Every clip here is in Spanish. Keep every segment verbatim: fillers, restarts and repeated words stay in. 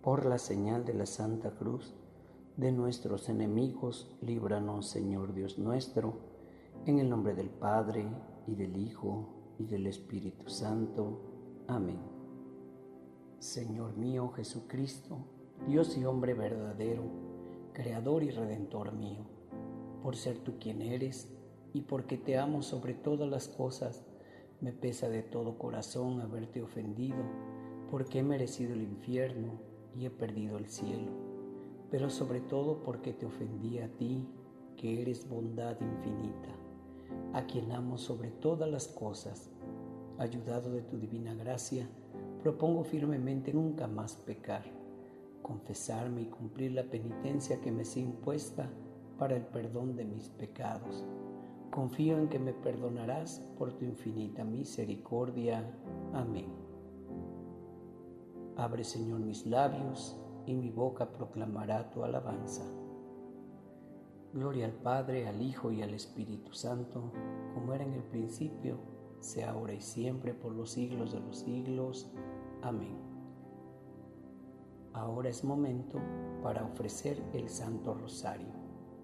Por la señal de la Santa Cruz de nuestros enemigos, líbranos, Señor Dios nuestro, en el nombre del Padre, y del Hijo, y del Espíritu Santo. Amén. Señor mío Jesucristo, Dios y hombre verdadero, Creador y Redentor mío, por ser tú quien eres, y porque te amo sobre todas las cosas, me pesa de todo corazón haberte ofendido, porque he merecido el infierno y he perdido el cielo, pero sobre todo porque te ofendí a ti, que eres bondad infinita, a quien amo sobre todas las cosas. Ayudado de tu divina gracia, propongo firmemente nunca más pecar, confesarme y cumplir la penitencia que me sea impuesta para el perdón de mis pecados. Confío en que me perdonarás por tu infinita misericordia. Amén. Abre, Señor, mis labios, y mi boca proclamará tu alabanza. Gloria al Padre, al Hijo y al Espíritu Santo, como era en el principio, sea ahora y siempre, por los siglos de los siglos. Amén. Ahora es momento para ofrecer el Santo Rosario.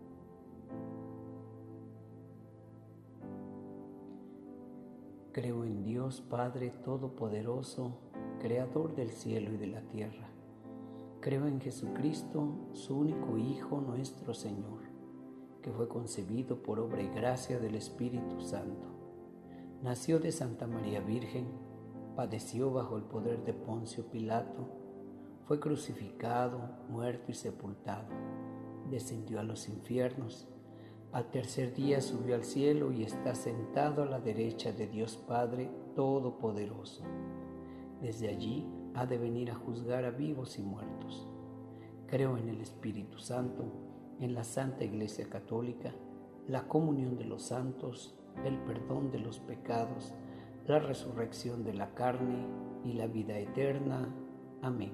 Creo en Dios Padre Todopoderoso, Creador del cielo y de la tierra. Creo en Jesucristo, su único Hijo, nuestro Señor, que fue concebido por obra y gracia del Espíritu Santo. Nació de Santa María Virgen, padeció bajo el poder de Poncio Pilato, fue crucificado, muerto y sepultado, descendió a los infiernos, al tercer día subió al cielo y está sentado a la derecha de Dios Padre Todopoderoso. Desde allí ha de venir a juzgar a vivos y muertos. Creo en el Espíritu Santo, en la Santa Iglesia Católica, la comunión de los santos, el perdón de los pecados, la resurrección de la carne y la vida eterna. Amén.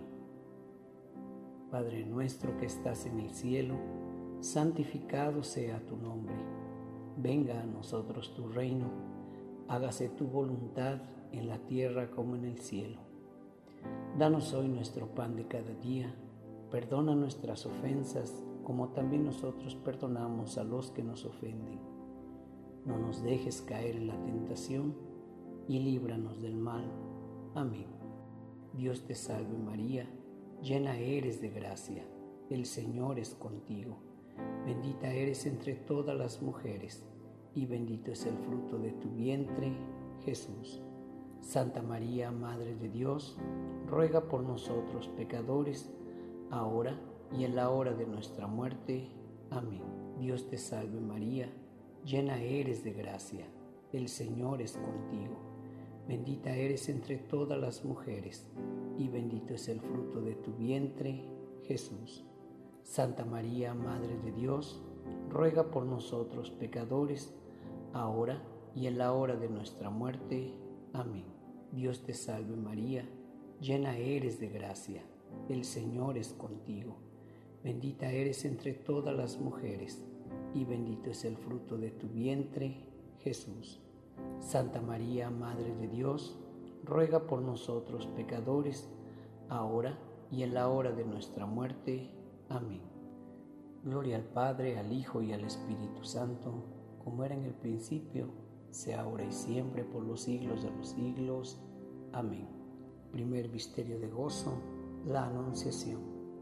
Padre nuestro que estás en el cielo, santificado sea tu nombre. Venga a nosotros tu reino. Hágase tu voluntad en la tierra como en el cielo. Danos hoy nuestro pan de cada día. Perdona nuestras ofensas, como también nosotros perdonamos a los que nos ofenden. No nos dejes caer en la tentación y líbranos del mal. Amén. Dios te salve María, llena eres de gracia. El Señor es contigo. Bendita eres entre todas las mujeres, y bendito es el fruto de tu vientre, Jesús. Santa María, Madre de Dios, ruega por nosotros pecadores, ahora y en la hora de nuestra muerte. Amén. Dios te salve María, llena eres de gracia, el Señor es contigo. Bendita eres entre todas las mujeres, y bendito es el fruto de tu vientre, Jesús. Santa María, Madre de Dios, ruega por nosotros pecadores, ahora y en la hora de nuestra muerte. Amén. Dios te salve María, llena eres de gracia, el Señor es contigo. Bendita eres entre todas las mujeres, y bendito es el fruto de tu vientre, Jesús. Santa María, Madre de Dios, ruega por nosotros pecadores, ahora y en la hora de nuestra muerte. Amén. Gloria al Padre, al Hijo y al Espíritu Santo, como era en el principio, sea ahora y siempre, por los siglos de los siglos. Amén. Primer misterio de gozo, la Anunciación.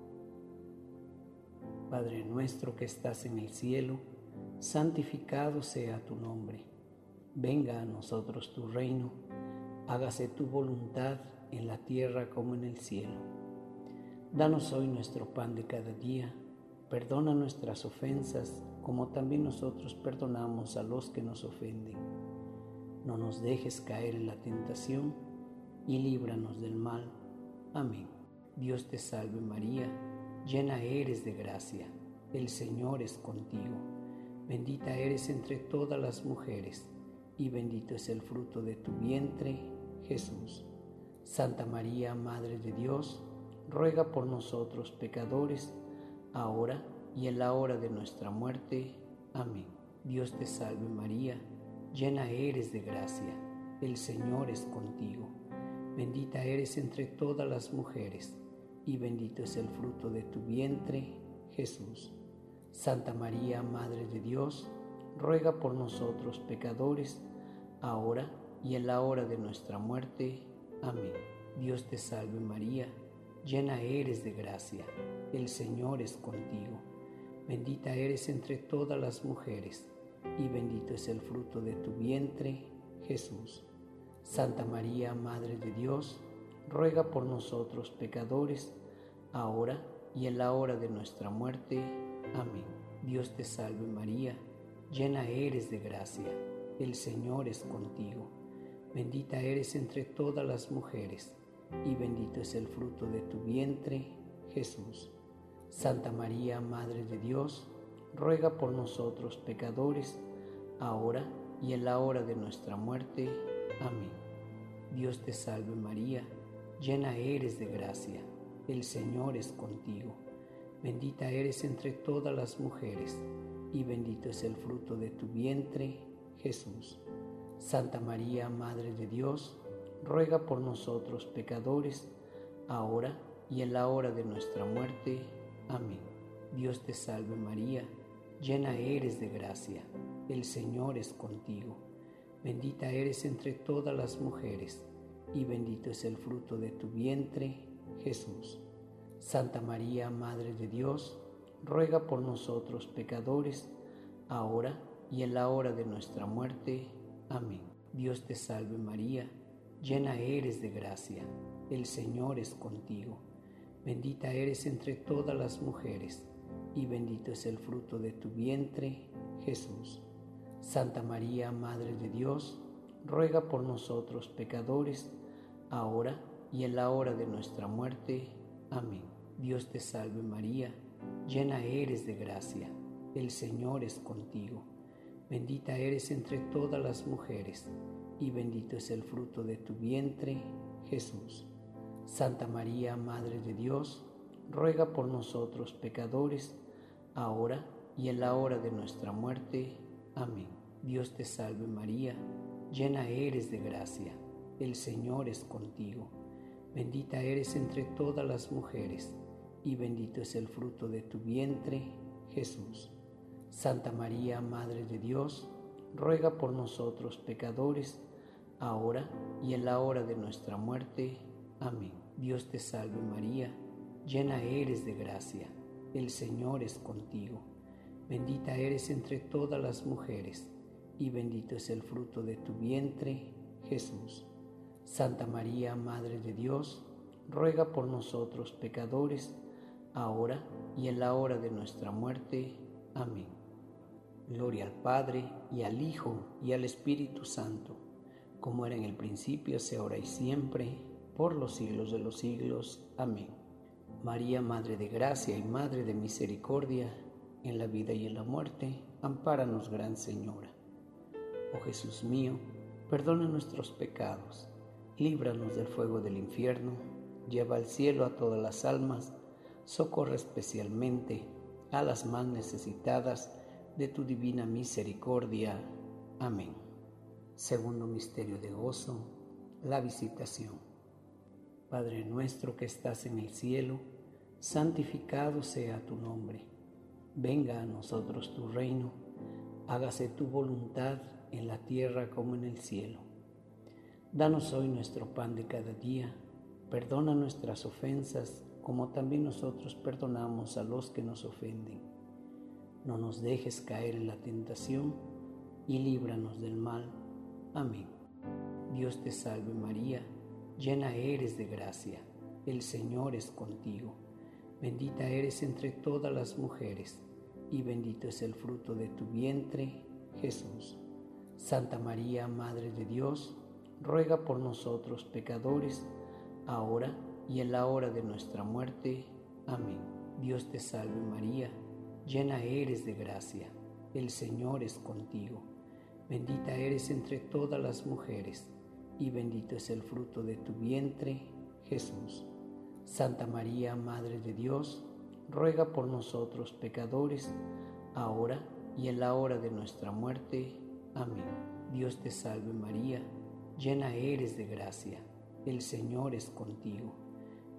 Padre nuestro que estás en el cielo, santificado sea tu nombre. Venga a nosotros tu reino. Hágase tu voluntad en la tierra como en el cielo. Danos hoy nuestro pan de cada día. Perdona nuestras ofensas, como también nosotros perdonamos a los que nos ofenden. No nos dejes caer en la tentación y líbranos del mal. Amén. Dios te salve María, llena eres de gracia, el Señor es contigo. Bendita eres entre todas las mujeres, y bendito es el fruto de tu vientre, Jesús. Santa María, Madre de Dios, ruega por nosotros pecadores, ahora y en la hora de nuestra muerte. Amén. Dios te salve María, llena eres de gracia, el Señor es contigo. Bendita eres entre todas las mujeres, y bendito es el fruto de tu vientre, Jesús. Santa María, Madre de Dios, ruega por nosotros pecadores, ahora y en la hora de nuestra muerte. Amén. Dios te salve María, llena eres de gracia, el Señor es contigo. Bendita eres entre todas las mujeres, y bendito es el fruto de tu vientre, Jesús. Santa María, Madre de Dios, ruega por nosotros pecadores, ahora y en la hora de nuestra muerte. Amén. Dios te salve María, llena eres de gracia, el Señor es contigo. Bendita eres entre todas las mujeres, y bendito es el fruto de tu vientre, Jesús. Santa María, Madre de Dios, ruega por nosotros pecadores, ahora y en la hora de nuestra muerte. Amén. Dios te salve María, llena eres de gracia, el Señor es contigo. Bendita eres entre todas las mujeres, y bendito es el fruto de tu vientre, Jesús. Santa María, Madre de Dios, ruega por nosotros pecadores, ahora y en la hora de nuestra muerte. Amén. Dios te salve María, llena eres de gracia, el Señor es contigo. Bendita eres entre todas las mujeres, y bendito es el fruto de tu vientre, Jesús. Santa María, Madre de Dios, ruega por nosotros pecadores, ahora y en la hora de nuestra muerte. Amén. Dios te salve María, llena eres de gracia, el Señor es contigo. Bendita eres entre todas las mujeres, y bendito es el fruto de tu vientre, Jesús. Santa María, Madre de Dios, ruega por nosotros pecadores, ahora y en la hora de nuestra muerte. Amén. Dios te salve María, llena eres de gracia, el Señor es contigo. Bendita eres entre todas las mujeres, y bendito es el fruto de tu vientre, Jesús. Santa María, Madre de Dios, ruega por nosotros pecadores, ahora y en la hora de nuestra muerte. Amén. Dios te salve María, llena eres de gracia, el Señor es contigo. Bendita eres entre todas las mujeres, y bendito es el fruto de tu vientre, Jesús. Santa María, Madre de Dios, ruega por nosotros pecadores, ahora y en la hora de nuestra muerte. Amén. Dios te salve María, llena eres de gracia, el Señor es contigo. Bendita eres entre todas las mujeres, y bendito es el fruto de tu vientre, Jesús. Santa María, Madre de Dios, ruega por nosotros pecadores, ahora y en la hora de nuestra muerte. Amén. Gloria al Padre, y al Hijo, y al Espíritu Santo, como era en el principio, sea ahora y siempre, por los siglos de los siglos. Amén. María, Madre de Gracia y Madre de Misericordia, en la vida y en la muerte, ampáranos, Gran Señora. Oh Jesús mío, perdona nuestros pecados, líbranos del fuego del infierno, lleva al cielo a todas las almas, socorre especialmente a las más necesitadas de tu divina misericordia. Amén. Segundo misterio de gozo, la visitación. Padre nuestro que estás en el cielo, santificado sea tu nombre. Venga a nosotros tu reino, hágase tu voluntad en la tierra como en el cielo. Danos hoy nuestro pan de cada día, perdona nuestras ofensas como también nosotros perdonamos a los que nos ofenden. No nos dejes caer en la tentación y líbranos del mal. Amén. Dios te salve María, llena eres de gracia, el Señor es contigo. Bendita eres entre todas las mujeres, y bendito es el fruto de tu vientre, Jesús. Santa María, Madre de Dios, ruega por nosotros pecadores, ahora y en la hora de nuestra muerte. Amén. Dios te salve María, llena eres de gracia, el Señor es contigo. Bendita eres entre todas las mujeres, y bendito es el fruto de tu vientre, Jesús. Santa María, Madre de Dios, ruega por nosotros pecadores, ahora y en la hora de nuestra muerte. Amén. Dios te salve María, llena eres de gracia, el Señor es contigo.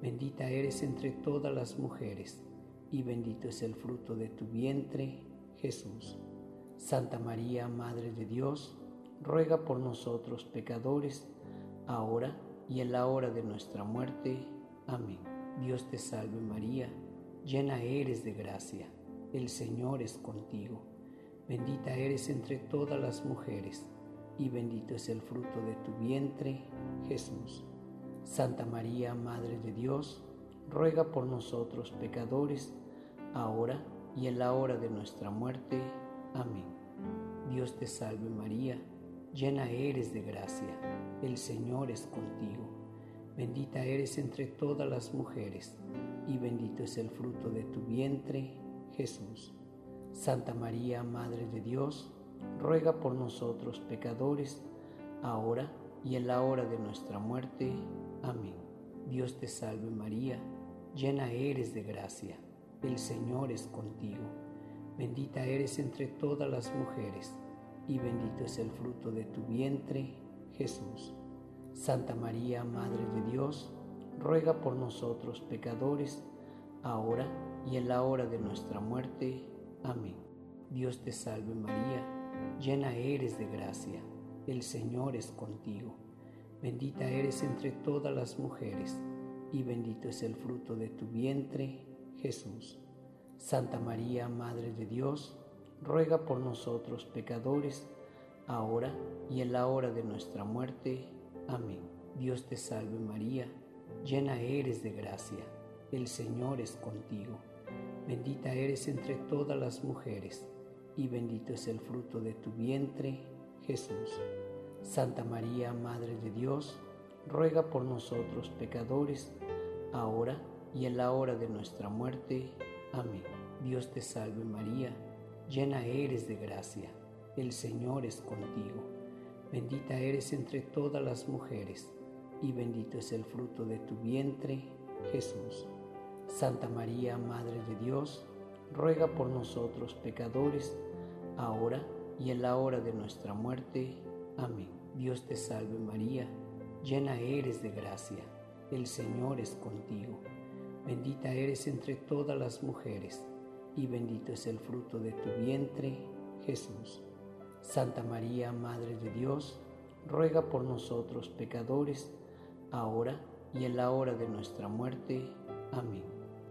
Bendita eres entre todas las mujeres, y bendito es el fruto de tu vientre, Jesús. Santa María, Madre de Dios, ruega por nosotros pecadores, ahora y en la hora de nuestra muerte. Amén. Dios te salve María, llena eres de gracia, el Señor es contigo. Bendita eres entre todas las mujeres, y bendito es el fruto de tu vientre, Jesús. Santa María, Madre de Dios, ruega por nosotros pecadores, ahora y en la hora de nuestra muerte. Amén. Dios te salve María, llena eres de gracia, el Señor es contigo. Bendita eres entre todas las mujeres, y bendito es el fruto de tu vientre, Jesús. Santa María, Madre de Dios, ruega por nosotros pecadores, ahora y en la hora de nuestra muerte. Amén. Dios te salve María, llena eres de gracia, el Señor es contigo. Bendita eres entre todas las mujeres, y bendito es el fruto de tu vientre, Jesús. Santa María, Madre de Dios, ruega por nosotros pecadores, ahora y en la hora de nuestra muerte. Amén. Dios te salve María, llena eres de gracia, el Señor es contigo. Bendita eres entre todas las mujeres, y bendito es el fruto de tu vientre, Jesús. Santa María, Madre de Dios, ruega por nosotros pecadores, ahora y en la hora de nuestra muerte. Amén. Dios te salve María, llena eres de gracia, el Señor es contigo. Bendita eres entre todas las mujeres, y bendito es el fruto de tu vientre, Jesús. Santa María, Madre de Dios, ruega por nosotros pecadores, ahora y en la hora de nuestra muerte. Amén. Dios te salve María, llena eres de gracia, el Señor es contigo. Bendita eres entre todas las mujeres, y bendito es el fruto de tu vientre, Jesús. Santa María, Madre de Dios, ruega por nosotros pecadores, ahora y en la hora de nuestra muerte. Amén. Dios te salve María, llena eres de gracia, el Señor es contigo. Bendita eres entre todas las mujeres, y bendito es el fruto de tu vientre, Jesús. Santa María, Madre de Dios, ruega por nosotros pecadores, ahora y en la hora de nuestra muerte. Amén.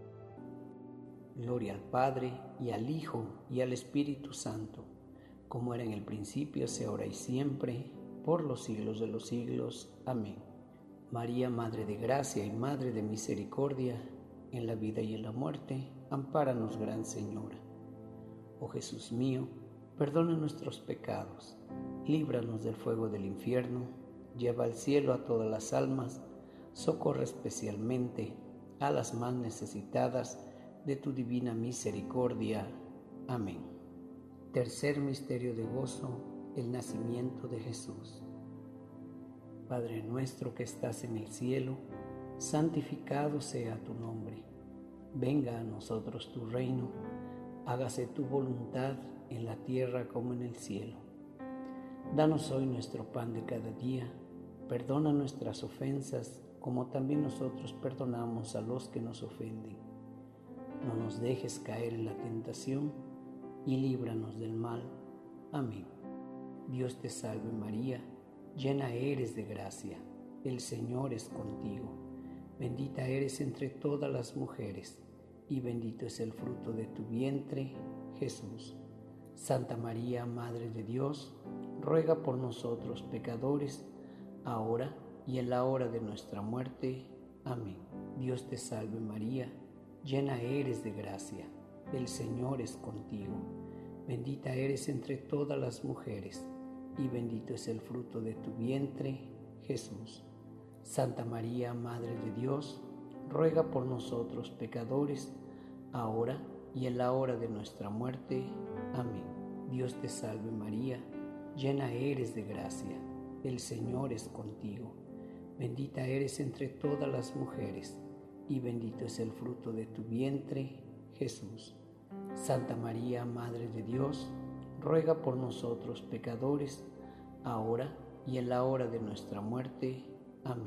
Gloria al Padre, y al Hijo, y al Espíritu Santo, como era en el principio, sea ahora y siempre, por los siglos de los siglos. Amén. María, Madre de Gracia y Madre de Misericordia, en la vida y en la muerte, ampáranos, Gran Señora. Oh Jesús mío, perdona nuestros pecados, líbranos del fuego del infierno, lleva al cielo a todas las almas, socorre especialmente a las más necesitadas de tu divina misericordia. Amén. Tercer misterio de gozo, el nacimiento de Jesús. Padre nuestro que estás en el cielo, santificado sea tu nombre. Venga a nosotros tu reino, hágase tu voluntad en la tierra como en el cielo. Danos hoy nuestro pan de cada día, perdona nuestras ofensas como también nosotros perdonamos a los que nos ofenden. No nos dejes caer en la tentación y líbranos del mal. Amén. Dios te salve María, llena eres de gracia, el Señor es contigo. Bendita eres entre todas las mujeres, y bendito es el fruto de tu vientre, Jesús. Santa María, Madre de Dios, ruega por nosotros pecadores, ahora y en la hora de nuestra muerte. Amén. Dios te salve María, llena eres de gracia, el Señor es contigo. Bendita eres entre todas las mujeres, y bendito es el fruto de tu vientre, Jesús. Santa María, Madre de Dios, ruega por nosotros pecadores, ahora y en la hora de nuestra muerte. Amén. Dios te salve María, llena eres de gracia, el Señor es contigo. Bendita eres entre todas las mujeres, y bendito es el fruto de tu vientre, Jesús. Santa María, Madre de Dios, ruega por nosotros pecadores, ahora y en la hora de nuestra muerte. Amén.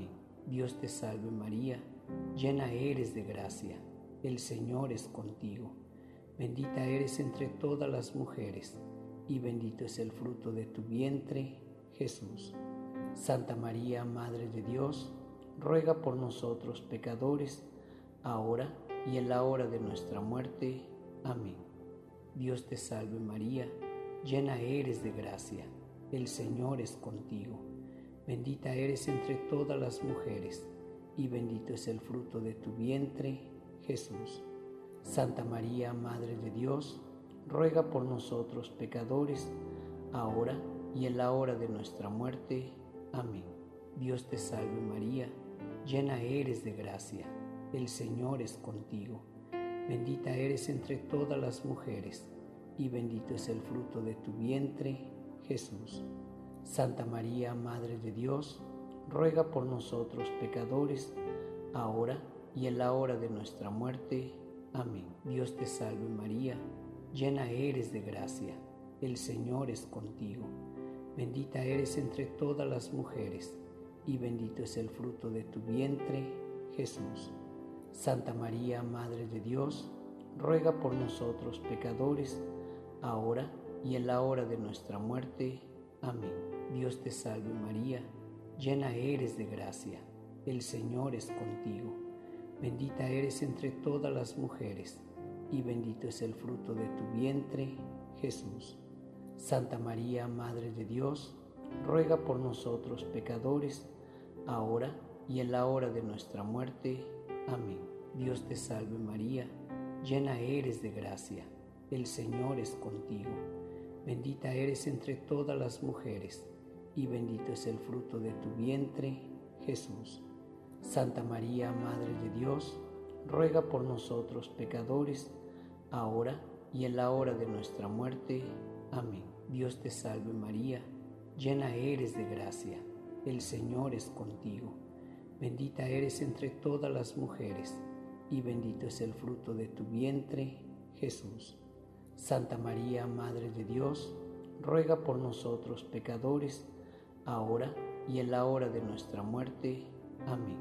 Dios te salve María, llena eres de gracia, el Señor es contigo. Bendita eres entre todas las mujeres, y bendito es el fruto de tu vientre, Jesús. Santa María, Madre de Dios, ruega por nosotros pecadores, ahora y en la hora de nuestra muerte. Amén. Dios te salve María, llena eres de gracia, el Señor es contigo. Bendita eres entre todas las mujeres, y bendito es el fruto de tu vientre, Jesús. Santa María, Madre de Dios, ruega por nosotros pecadores, ahora y en la hora de nuestra muerte. Amén. Dios te salve María, llena eres de gracia, el Señor es contigo. Bendita eres entre todas las mujeres, y bendito es el fruto de tu vientre, Jesús. Santa María, Madre de Dios, ruega por nosotros pecadores, ahora y en la hora de nuestra muerte. Amén. Dios te salve María, llena eres de gracia, el Señor es contigo. Bendita eres entre todas las mujeres, y bendito es el fruto de tu vientre, Jesús. Santa María, Madre de Dios, ruega por nosotros pecadores, ahora y en la hora de nuestra muerte. Amén. Dios te salve María, llena eres de gracia, el Señor es contigo. Bendita eres entre todas las mujeres, y bendito es el fruto de tu vientre, Jesús. Santa María, Madre de Dios, ruega por nosotros pecadores, ahora y en la hora de nuestra muerte. Amén. Dios te salve María, llena eres de gracia, el Señor es contigo. Bendita eres entre todas las mujeres, y bendito es el fruto de tu vientre, Jesús. Santa María, Madre de Dios, ruega por nosotros pecadores, ahora y en la hora de nuestra muerte. Amén. Dios te salve María, llena eres de gracia, el Señor es contigo. Bendita eres entre todas las mujeres, y bendito es el fruto de tu vientre, Jesús. Santa María, Madre de Dios, ruega por nosotros pecadores, ahora y en la hora de nuestra muerte. Amén.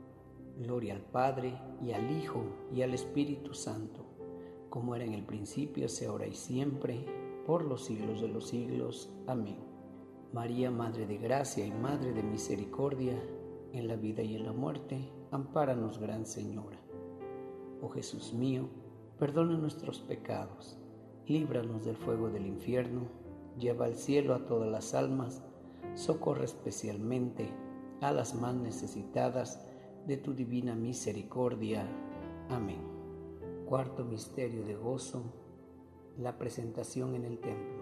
Gloria al Padre, y al Hijo, y al Espíritu Santo, como era en el principio, sea ahora y siempre, por los siglos de los siglos. Amén. María, Madre de Gracia y Madre de Misericordia, en la vida y en la muerte, ampáranos, Gran Señora. Oh Jesús mío, perdona nuestros pecados, líbranos del fuego del infierno, lleva al cielo a todas las almas, socorre especialmente a las más necesitadas de tu divina misericordia. Amén. Cuarto misterio de gozo, la presentación en el templo.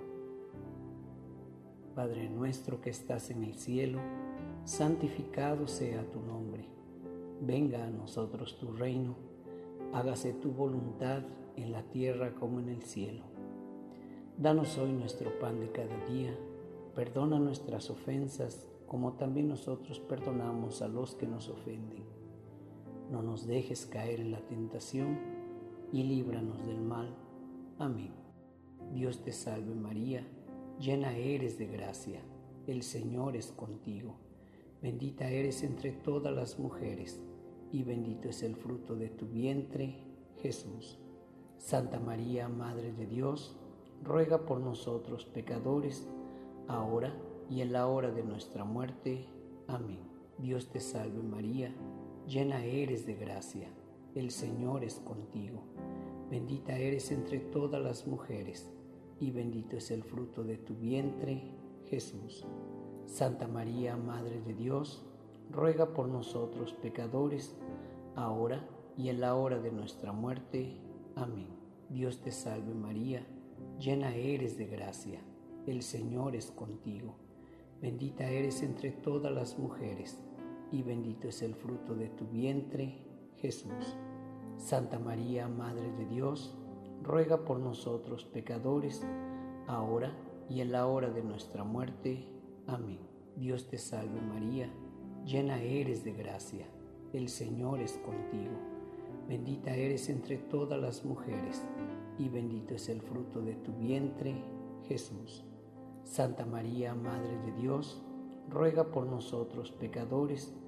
Padre nuestro que estás en el cielo, santificado sea tu nombre. Venga a nosotros tu reino, hágase tu voluntad en la tierra como en el cielo. Danos hoy nuestro pan de cada día, perdona nuestras ofensas, como también nosotros perdonamos a los que nos ofenden. No nos dejes caer en la tentación, y líbranos del mal. Amén. Dios te salve María, llena eres de gracia, el Señor es contigo. Bendita eres entre todas las mujeres, y bendito es el fruto de tu vientre, Jesús. Santa María, Madre de Dios, ruega por nosotros pecadores, ahora y en la hora de nuestra muerte. Amén. Dios te salve María, llena eres de gracia, el Señor es contigo. Bendita eres entre todas las mujeres, y bendito es el fruto de tu vientre, Jesús. Santa María, Madre de Dios, ruega por nosotros pecadores, ahora y en la hora de nuestra muerte. Amén. Dios te salve María, llena eres de gracia, el Señor es contigo. Bendita eres entre todas las mujeres, y bendito es el fruto de tu vientre, Jesús. Santa María, Madre de Dios, ruega por nosotros pecadores, ahora y en la hora de nuestra muerte. Amén. Dios te salve María, llena eres de gracia, el Señor es contigo. Bendita eres entre todas las mujeres, y bendito es el fruto de tu vientre, Jesús. Santa María, Madre de Dios, ruega por nosotros pecadores,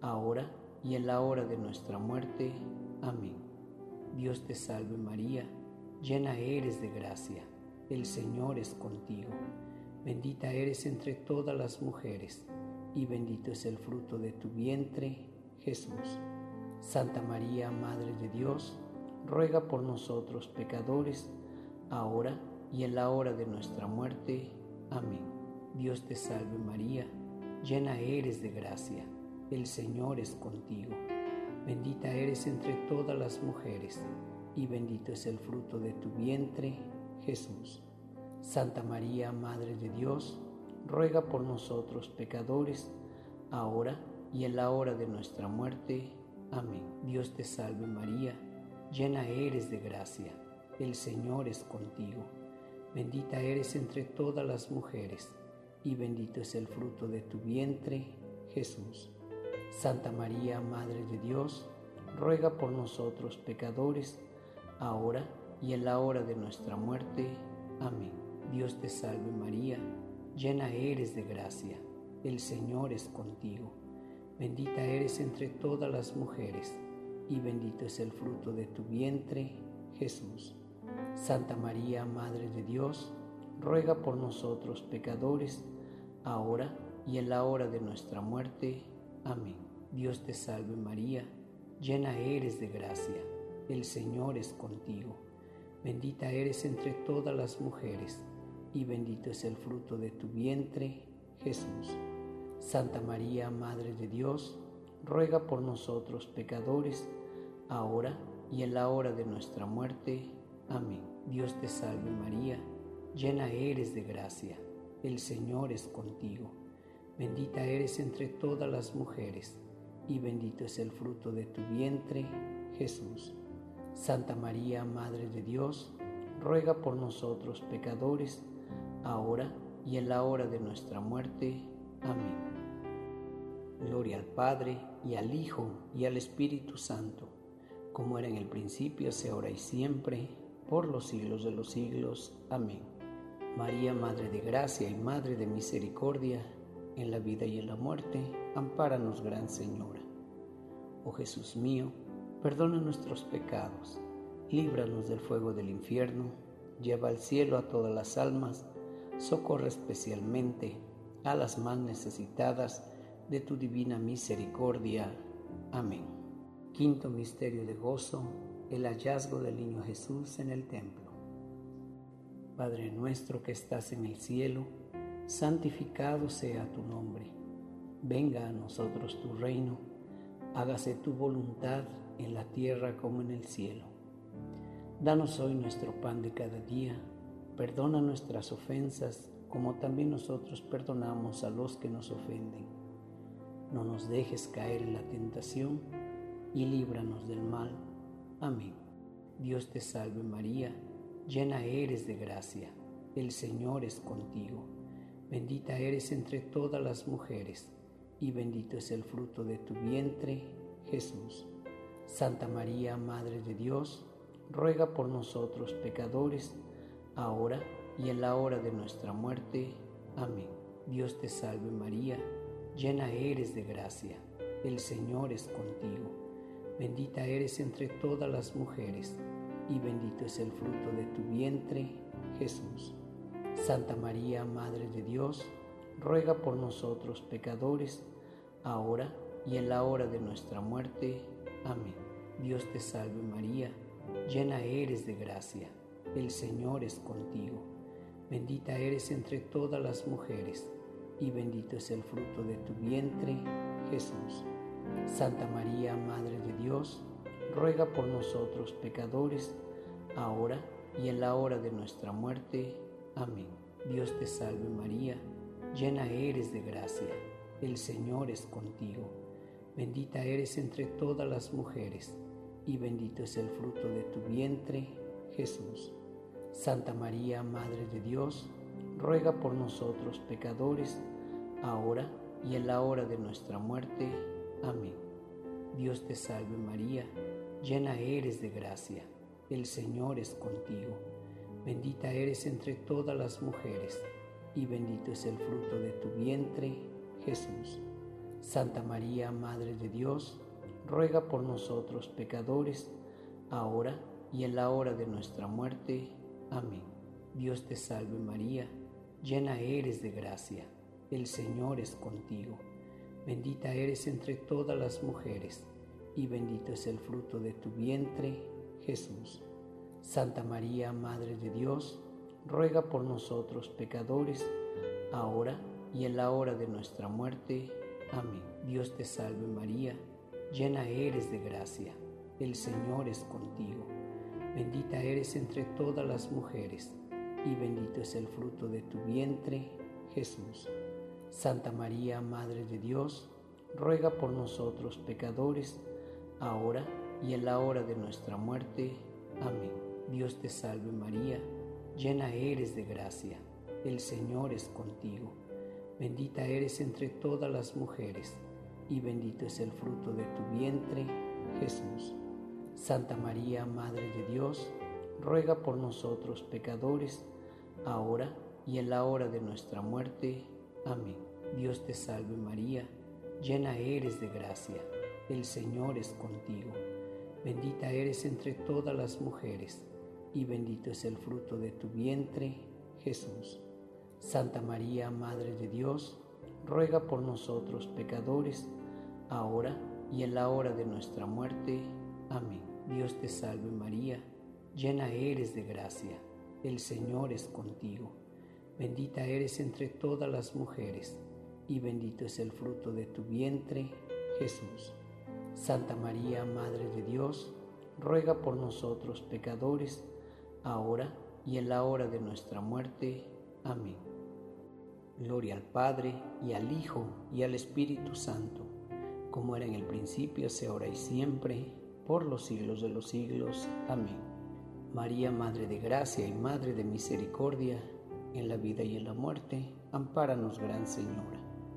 ahora y en la hora de nuestra muerte. Amén. Dios te salve María, llena eres de gracia, el Señor es contigo. Bendita eres entre todas las mujeres, y bendito es el fruto de tu vientre, Jesús. Santa María, Madre de Dios, ruega por nosotros pecadores, ahora y en la hora de nuestra muerte. Amén. Dios te salve María, llena eres de gracia, el Señor es contigo. Bendita eres entre todas las mujeres, y bendito es el fruto de tu vientre, Jesús. Santa María, Madre de Dios, ruega por nosotros pecadores, ahora y en la hora de nuestra muerte. Amén. Dios te salve María, llena eres de gracia, el Señor es contigo. Bendita eres entre todas las mujeres, y bendito es el fruto de tu vientre, Jesús. Santa María, Madre de Dios, ruega por nosotros pecadores, ahora y en la hora de nuestra muerte. Amén. Dios te salve María, llena eres de gracia, el Señor es contigo. Bendita eres entre todas las mujeres, y bendito es el fruto de tu vientre, Jesús. Santa María, Madre de Dios, ruega por nosotros pecadores, ahora y en la hora de nuestra muerte. Amén. Dios te salve María, llena eres de gracia, el Señor es contigo. Bendita eres entre todas las mujeres, y bendito es el fruto de tu vientre, Jesús. Santa María, Madre de Dios, ruega por nosotros pecadores, ahora y en la hora de nuestra muerte. Amén. Dios te salve María, llena eres de gracia, el Señor es contigo. Bendita eres entre todas las mujeres, y bendito es el fruto de tu vientre, Jesús. Santa María, Madre de Dios, ruega por nosotros pecadores, ahora y en la hora de nuestra muerte. Amén. Gloria al Padre, y al Hijo, y al Espíritu Santo, como era en el principio, así ahora y siempre, por los siglos de los siglos. Amén. María, Madre de Gracia y Madre de Misericordia, en la vida y en la muerte, ampáranos, Gran Señora. Oh Jesús mío, perdona nuestros pecados, líbranos del fuego del infierno, lleva al cielo a todas las almas, socorre especialmente a las más necesitadas de tu divina misericordia. Amén. Quinto misterio de gozo, el hallazgo del niño Jesús en el templo. Padre nuestro que estás en el cielo, santificado sea tu nombre. Venga a nosotros tu reino, hágase tu voluntad en la tierra como en el cielo. Danos hoy nuestro pan de cada día, perdona nuestras ofensas como también nosotros perdonamos a los que nos ofenden. No nos dejes caer en la tentación y líbranos del mal. Amén. Dios te salve María, llena eres de gracia, el Señor es contigo. Bendita eres entre todas las mujeres, y bendito es el fruto de tu vientre, Jesús. Santa María, Madre de Dios, ruega por nosotros pecadores, ahora y en la hora de nuestra muerte. Amén. Dios te salve María, llena eres de gracia, el Señor es contigo. Bendita eres entre todas las mujeres, y bendito es el fruto de tu vientre, Jesús. Santa María, Madre de Dios, ruega por nosotros pecadores, ahora y en la hora de nuestra muerte. Amén. Dios te salve María, llena eres de gracia, el Señor es contigo. Bendita eres entre todas las mujeres, y bendito es el fruto de tu vientre, Jesús. Santa María, Madre de Dios, ruega por nosotros pecadores, ahora y en la hora de nuestra muerte. Amén. Dios te salve María, llena eres de gracia, el Señor es contigo. Bendita eres entre todas las mujeres, y bendito es el fruto de tu vientre, Jesús. Santa María, Madre de Dios, ruega por nosotros pecadores, ahora y en la hora de nuestra muerte. Amén. Dios te salve María, llena eres de gracia, el Señor es contigo. Bendita eres entre todas las mujeres, y bendito es el fruto de tu vientre, Jesús. Santa María, Madre de Dios, Santa María, Madre de Dios, ruega por nosotros pecadores, ahora y en la hora de nuestra muerte. Amén. Dios te salve María, llena eres de gracia, el Señor es contigo. Bendita eres entre todas las mujeres, y bendito es el fruto de tu vientre, Jesús. Santa María, Madre de Dios, ruega por nosotros pecadores, ahora y en la hora de nuestra muerte. Amén. Dios te salve María, llena eres de gracia, el Señor es contigo. Bendita eres entre todas las mujeres, y bendito es el fruto de tu vientre, Jesús. Santa María, Madre de Dios, ruega por nosotros pecadores, ahora y en la hora de nuestra muerte. Amén. Dios te salve María, llena eres de gracia, el Señor es contigo. Bendita eres entre todas las mujeres, y bendito es el fruto de tu vientre, Jesús. Santa María, Madre de Dios, ruega por nosotros pecadores, ahora y en la hora de nuestra muerte. Amén. Dios te salve María, llena eres de gracia, el Señor es contigo. Bendita eres entre todas las mujeres, y bendito es el fruto de tu vientre, Jesús. Santa María, Madre de Dios, ruega por nosotros pecadores, ahora y en la hora de nuestra muerte. Amén. Dios te salve María, llena eres de gracia, el Señor es contigo. Bendita eres entre todas las mujeres, y bendito es el fruto de tu vientre, Jesús. Santa María, Madre de Dios, ruega por nosotros pecadores, ahora y en la hora de nuestra muerte. Amén. Dios te salve María, llena eres de gracia, el Señor es contigo. Bendita eres entre todas las mujeres, y bendito es el fruto de tu vientre, Jesús. Santa María, Madre de Dios, ruega por nosotros pecadores, ahora y en la hora de nuestra muerte. Amén. Gloria al Padre, y al Hijo, y al Espíritu Santo, como era en el principio, sea ahora y siempre, por los siglos de los siglos. Amén. María, Madre de Gracia y Madre de Misericordia, en la vida y en la muerte, ampáranos, Gran Señora.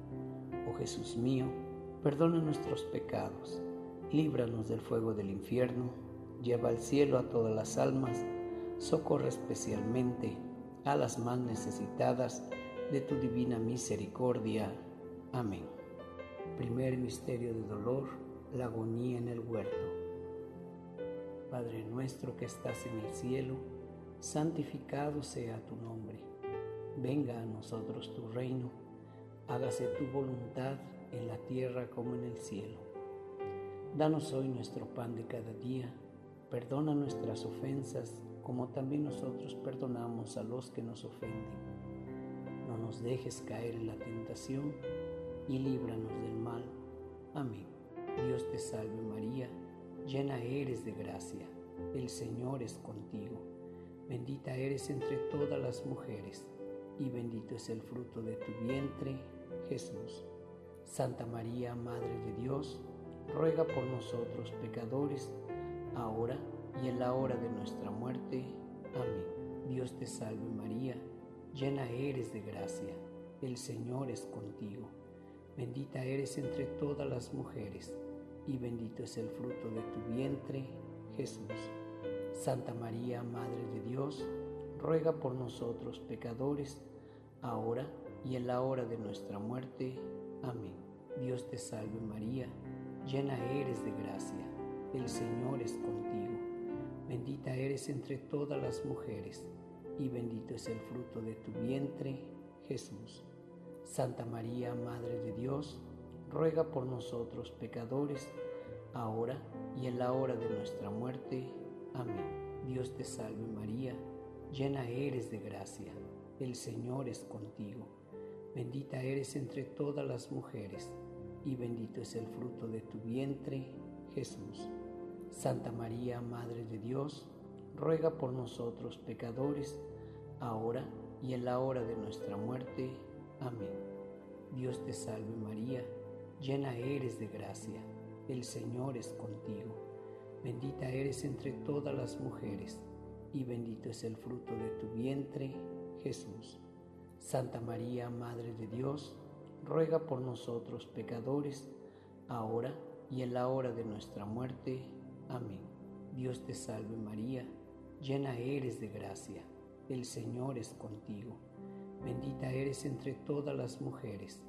Oh Jesús mío, perdona nuestros pecados, líbranos del fuego del infierno, lleva al cielo a todas las almas, socorre especialmente a las más necesitadas de tu divina misericordia. Amén. Primer misterio de dolor, la agonía en el huerto. Padre nuestro que estás en el cielo, santificado sea tu nombre. Venga a nosotros tu reino, hágase tu voluntad en la tierra como en el cielo. Danos hoy nuestro pan de cada día, perdona nuestras ofensas como también nosotros perdonamos a los que nos ofenden. No nos dejes caer en la tentación y líbranos del mal. Amén. Dios te salve María, llena eres de gracia, el Señor es contigo. Bendita eres entre todas las mujeres, y bendito es el fruto de tu vientre, Jesús. Santa María, Madre de Dios, ruega por nosotros pecadores, ahora y en la hora de nuestra muerte. Amén. Dios te salve María, llena eres de gracia, el Señor es contigo. Bendita eres entre todas las mujeres, y bendito es el fruto de tu vientre, Jesús. Santa María, Madre de Dios, ruega por nosotros pecadores, ahora y en la hora de nuestra muerte. Amén. Dios te salve María, llena eres de gracia, el Señor es contigo. Bendita eres entre todas las mujeres, y bendito es el fruto de tu vientre, Jesús. Santa María, Madre de Dios, ruega por nosotros pecadores, ahora y en la hora de nuestra muerte. Amén. Dios te salve María, llena eres de gracia, el Señor es contigo. Bendita eres entre todas las mujeres, y bendito es el fruto de tu vientre, Jesús. Santa María, Madre de Dios, ruega por nosotros pecadores, ahora y en la hora de nuestra muerte. Amén. Dios te salve María, llena eres de gracia, el Señor es contigo. Bendita eres entre todas las mujeres, y bendito es el fruto de tu vientre, Jesús. Santa María, Madre de Dios, ruega por nosotros pecadores, ahora y en la hora de nuestra muerte. Amén. Dios te salve María, llena eres de gracia, el Señor es contigo. Bendita eres entre todas las mujeres,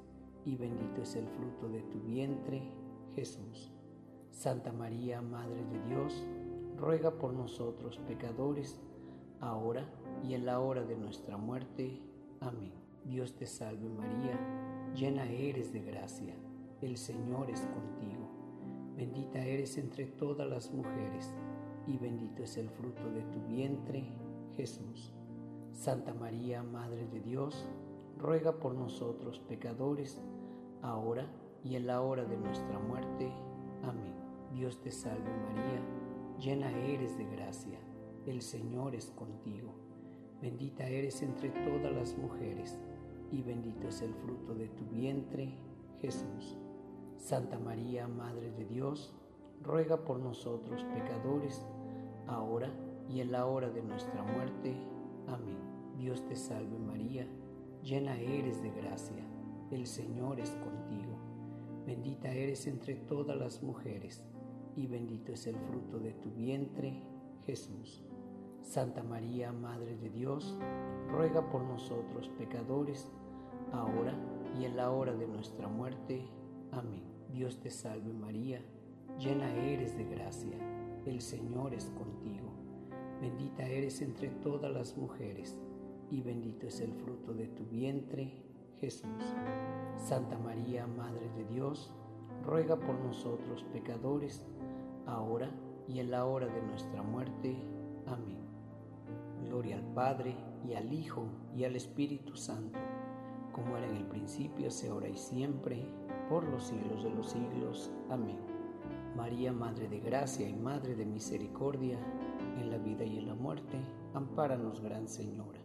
y bendito es el fruto de tu vientre, Jesús. Santa María, Madre de Dios, ruega por nosotros pecadores, ahora y en la hora de nuestra muerte. Amén. Dios te salve María, llena eres de gracia, el Señor es contigo. Bendita eres entre todas las mujeres, y bendito es el fruto de tu vientre, Jesús. Santa María, Madre de Dios, ruega por nosotros pecadores, ahora y en la hora de nuestra muerte. Amén. Dios te salve María, llena eres de gracia, el Señor es contigo. Bendita eres entre todas las mujeres, y bendito es el fruto de tu vientre, Jesús. Santa María, Madre de Dios, ruega por nosotros pecadores, ahora y en la hora de nuestra muerte. Amén. Dios te salve María, llena eres de gracia, el Señor es contigo. Bendita eres entre todas las mujeres, y bendito es el fruto de tu vientre, Jesús. Santa María, Madre de Dios, ruega por nosotros pecadores, ahora y en la hora de nuestra muerte. Amén. Dios te salve María, llena eres de gracia, el Señor es contigo. Bendita eres entre todas las mujeres, y bendito es el fruto de tu vientre, Jesús. Santa María, Madre de Dios, ruega por nosotros pecadores, ahora y en la hora de nuestra muerte. Amén. Gloria al Padre, y al Hijo, y al Espíritu Santo, como era en el principio, sea ahora y siempre, por los siglos de los siglos. Amén. María, Madre de Gracia y Madre de Misericordia, en la vida y en la muerte, ampáranos, Gran Señora.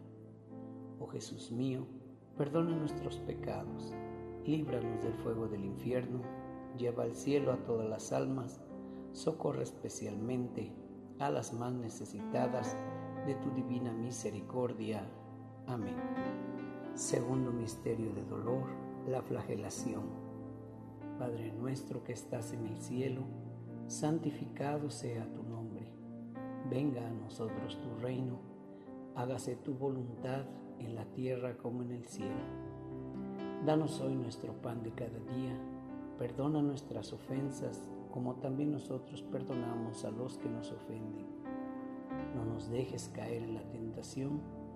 Oh Jesús mío, perdona nuestros pecados, líbranos del fuego del infierno, lleva al cielo a todas las almas, socorre especialmente a las más necesitadas de tu divina misericordia. Amén. Segundo misterio de dolor, la flagelación. Padre nuestro que estás en el cielo, santificado sea tu nombre. Venga a nosotros tu reino, hágase tu voluntad en la tierra como en el cielo. Danos hoy nuestro pan de cada día, perdona nuestras ofensas como también nosotros perdonamos a los que nos ofenden. No nos dejes caer en la tentación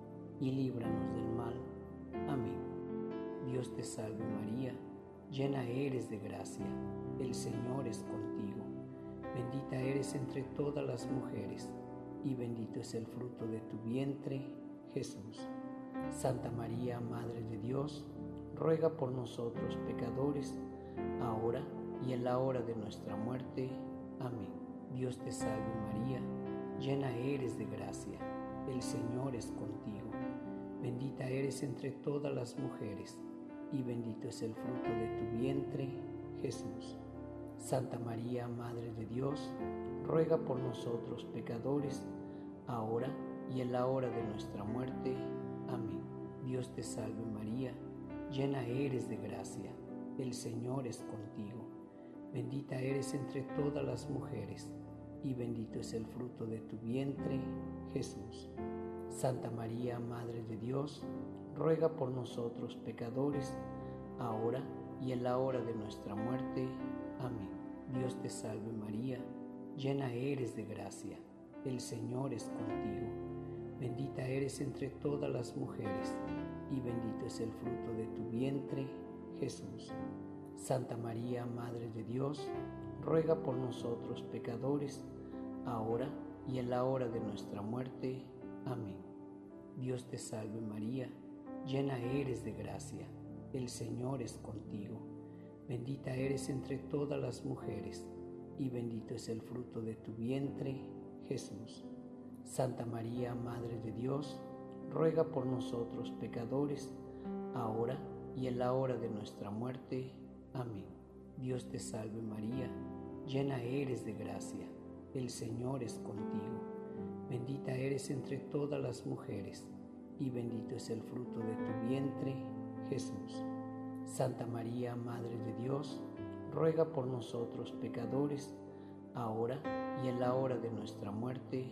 y líbranos del mal. Amén. Dios te salve María, llena eres de gracia, el Señor es contigo. Bendita eres entre todas las mujeres, y bendito es el fruto de tu vientre, Jesús. Santa María, Madre de Dios, ruega por nosotros pecadores, ahora y en la hora de nuestra muerte. Amén. Dios te salve María, llena eres de gracia, el Señor es contigo. Bendita eres entre todas las mujeres, y bendito es el fruto de tu vientre, Jesús. Santa María, Madre de Dios, ruega por nosotros pecadores, ahora y en la hora de nuestra muerte. Amén. Dios te salve María, llena eres de gracia, el Señor es contigo. Bendita eres entre todas las mujeres, y bendito es el fruto de tu vientre, Jesús. Santa María, Madre de Dios, ruega por nosotros pecadores, ahora y en la hora de nuestra muerte. Amén. Dios te salve María, llena eres de gracia, el Señor es contigo. Bendita eres entre todas las mujeres, y bendito es el fruto de tu vientre, Jesús. Santa María, Madre de Dios, ruega por nosotros pecadores, ahora y en la hora de nuestra muerte. Amén. Dios te salve María, llena eres de gracia, el Señor es contigo. Bendita eres entre todas las mujeres, y bendito es el fruto de tu vientre, Jesús. Santa María, Madre de Dios, ruega por nosotros pecadores, ahora y en la hora de nuestra muerte. Amén. Dios te salve María, llena eres de gracia, el Señor es contigo. Bendita eres entre todas las mujeres, y bendito es el fruto de tu vientre, Jesús. Santa María, Madre de Dios, ruega por nosotros pecadores, ahora y en la hora de nuestra muerte.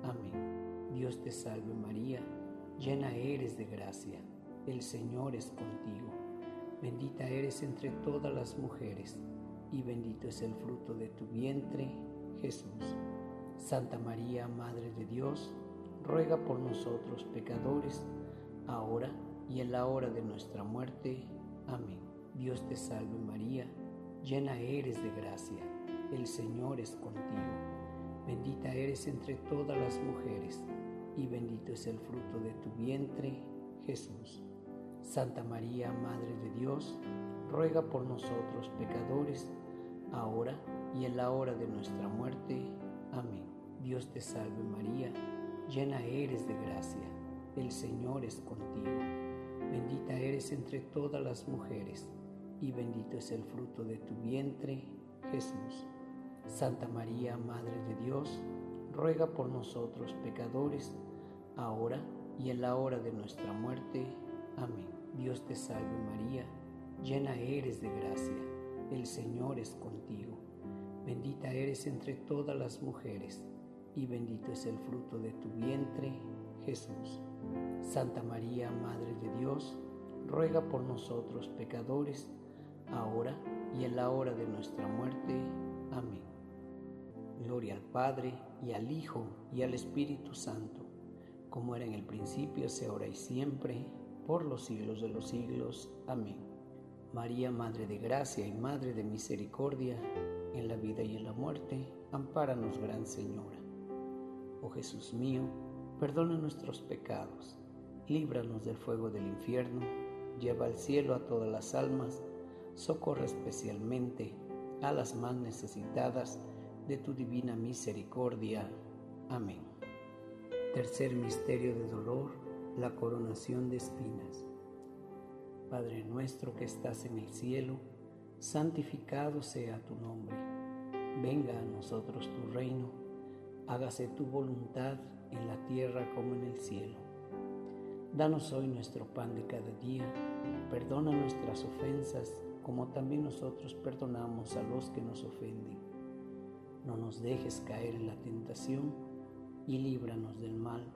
Amén. Dios te salve María, llena eres de gracia, el Señor es contigo. Bendita eres entre todas las mujeres, y bendito es el fruto de tu vientre, Jesús. Santa María, Madre de Dios, ruega por nosotros pecadores, ahora y en la hora de nuestra muerte. Amén. Dios te salve María, llena eres de gracia, el Señor es contigo. Bendita eres entre todas las mujeres, y bendito es el fruto de tu vientre, Jesús. Santa María, Madre de Dios, ruega por nosotros pecadores, ahora y en la hora de nuestra muerte. Amén. Dios te salve María, llena eres de gracia, el Señor es contigo. Bendita eres entre todas las mujeres, y bendito es el fruto de tu vientre, Jesús. Santa María, Madre de Dios, ruega por nosotros pecadores, ahora y en la hora de nuestra muerte. Amén. Dios te salve María, llena eres de gracia, el Señor es contigo. Bendita eres entre todas las mujeres, y bendito es el fruto de tu vientre, Jesús. Santa María, Madre de Dios, ruega por nosotros pecadores, ahora y en la hora de nuestra muerte. Amén. Gloria al Padre, y al Hijo, y al Espíritu Santo, como era en el principio, sea ahora y siempre, por los siglos de los siglos. Amén. María, Madre de Gracia y Madre de Misericordia, en la vida y en la muerte, ampáranos, Gran Señora. Oh Jesús mío, perdona nuestros pecados, líbranos del fuego del infierno, lleva al cielo a todas las almas, socorre especialmente a las más necesitadas de tu divina misericordia. Amén. Tercer misterio de dolor, la coronación de espinas. Padre nuestro que estás en el cielo, santificado sea tu nombre. Venga a nosotros tu reino, hágase tu voluntad en la tierra como en el cielo. Danos hoy nuestro pan de cada día, perdona nuestras ofensas como también nosotros perdonamos a los que nos ofenden. No nos dejes caer en la tentación y líbranos del mal.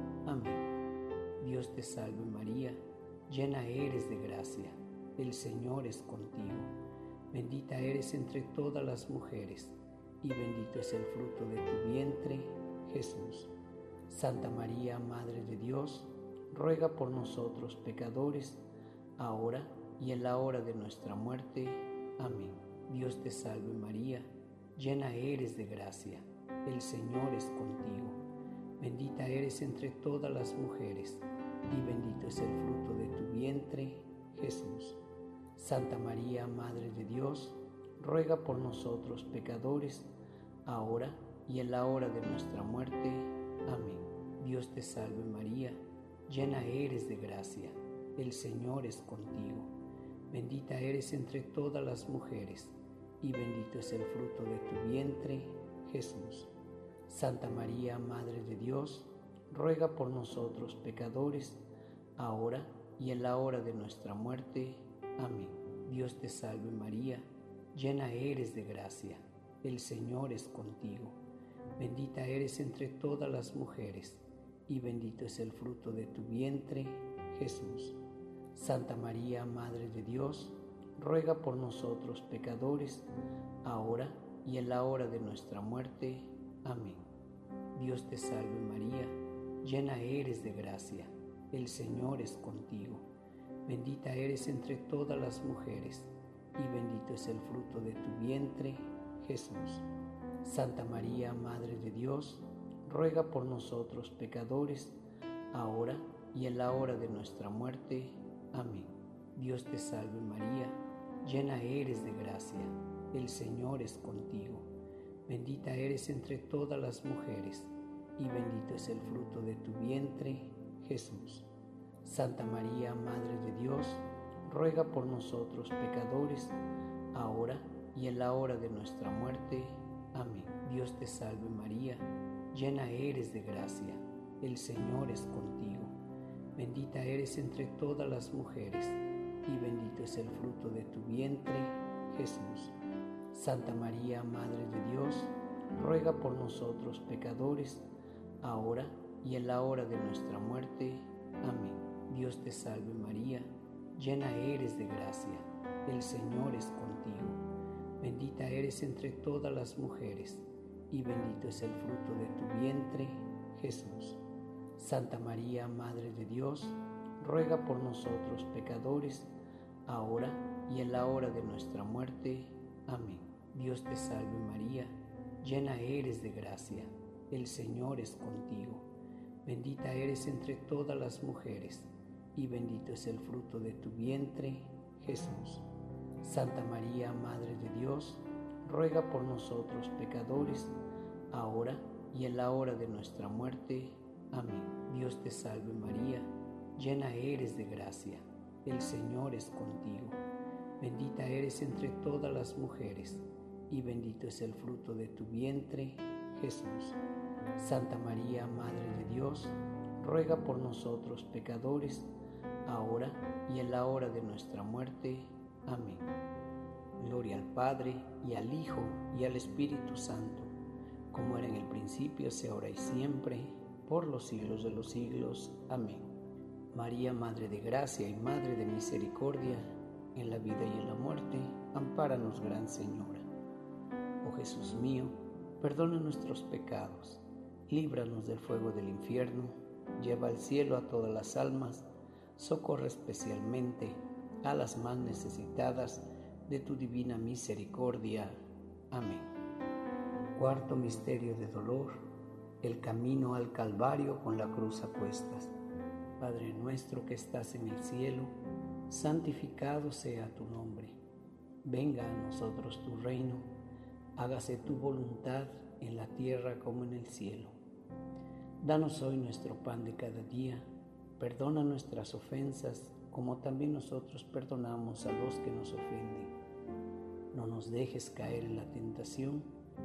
Amén. Dios te salve María, llena eres de gracia, el Señor es contigo. Bendita eres entre todas las mujeres, y bendito es el fruto de tu vientre, Jesús. Santa María, Madre de Dios, ruega por nosotros pecadores, ahora y en la hora de nuestra muerte. Amén. Dios te salve María, llena eres de gracia, el Señor es contigo. Bendita eres entre todas las mujeres, y bendito es el fruto de tu vientre, Jesús. Santa María, Madre de Dios, ruega por nosotros pecadores, ahora y en la hora de nuestra muerte. Amén. Dios te salve María, llena eres de gracia, el Señor es contigo. Bendita eres entre todas las mujeres, y bendito es el fruto de tu vientre, Jesús. Santa María, Madre de Dios, ruega por nosotros pecadores, ahora y en la hora de nuestra muerte. Amén. Dios te salve María, llena eres de gracia, el Señor es contigo. Bendita eres entre todas las mujeres, y bendito es el fruto de tu vientre, Jesús. Santa María, Madre de Dios, ruega por nosotros pecadores, ahora y en la hora de nuestra muerte. Amén. Dios te salve María, llena eres de gracia, el Señor es contigo. Bendita eres entre todas las mujeres, y bendito es el fruto de tu vientre, Jesús. Santa María, Madre de Dios, ruega por nosotros pecadores, ahora y en la hora de nuestra muerte. Amén. Dios te salve María, llena eres de gracia, el Señor es contigo. Bendita eres entre todas las mujeres, y bendito es el fruto de tu vientre, Jesús. Santa María, Madre de Dios, ruega por nosotros pecadores, ahora y en la hora de nuestra muerte. Amén. Dios te salve María, llena eres de gracia, el Señor es contigo. Bendita eres entre todas las mujeres, y bendito es el fruto de tu vientre, Jesús. Santa María, Madre de Dios, ruega por nosotros pecadores, ahora y en la hora de nuestra muerte. Amén. Dios te salve María, llena eres de gracia, el Señor es contigo. Bendita eres entre todas las mujeres, y bendito es el fruto de tu vientre, Jesús. Santa María, Madre de Dios, ruega por nosotros pecadores, ahora y en la hora de nuestra muerte. Amén. Dios te salve María, llena eres de gracia, el Señor es contigo. Bendita eres entre todas las mujeres, y bendito es el fruto de tu vientre, Jesús. Santa María, Madre de Dios, ruega por nosotros pecadores, ahora y en la hora de nuestra muerte. Amén. Dios te salve María, llena eres de gracia, el Señor es contigo. Bendita eres entre todas las mujeres, y bendito es el fruto de tu vientre, Jesús. Santa María, Madre de Dios, ruega por nosotros pecadores, ahora y en la hora de nuestra muerte. Amén. Gloria al Padre, y al Hijo, y al Espíritu Santo, como era en el principio, sea ahora y siempre, por los siglos de los siglos. Amén. María, Madre de Gracia y Madre de Misericordia, en la vida y en la muerte, ampáranos, Gran Señora. Oh Jesús mío, perdona nuestros pecados, líbranos del fuego del infierno, lleva al cielo a todas las almas, socorre especialmente a las más necesitadas de tu divina misericordia. Amén. Cuarto misterio de dolor, el camino al Calvario con la cruz a cuestas. Padre nuestro que estás en el cielo, santificado sea tu nombre. Venga a nosotros tu reino, hágase tu voluntad en la tierra como en el cielo. Danos hoy nuestro pan de cada día, perdona nuestras ofensas, como también nosotros perdonamos a los que nos ofenden. No nos dejes caer en la tentación,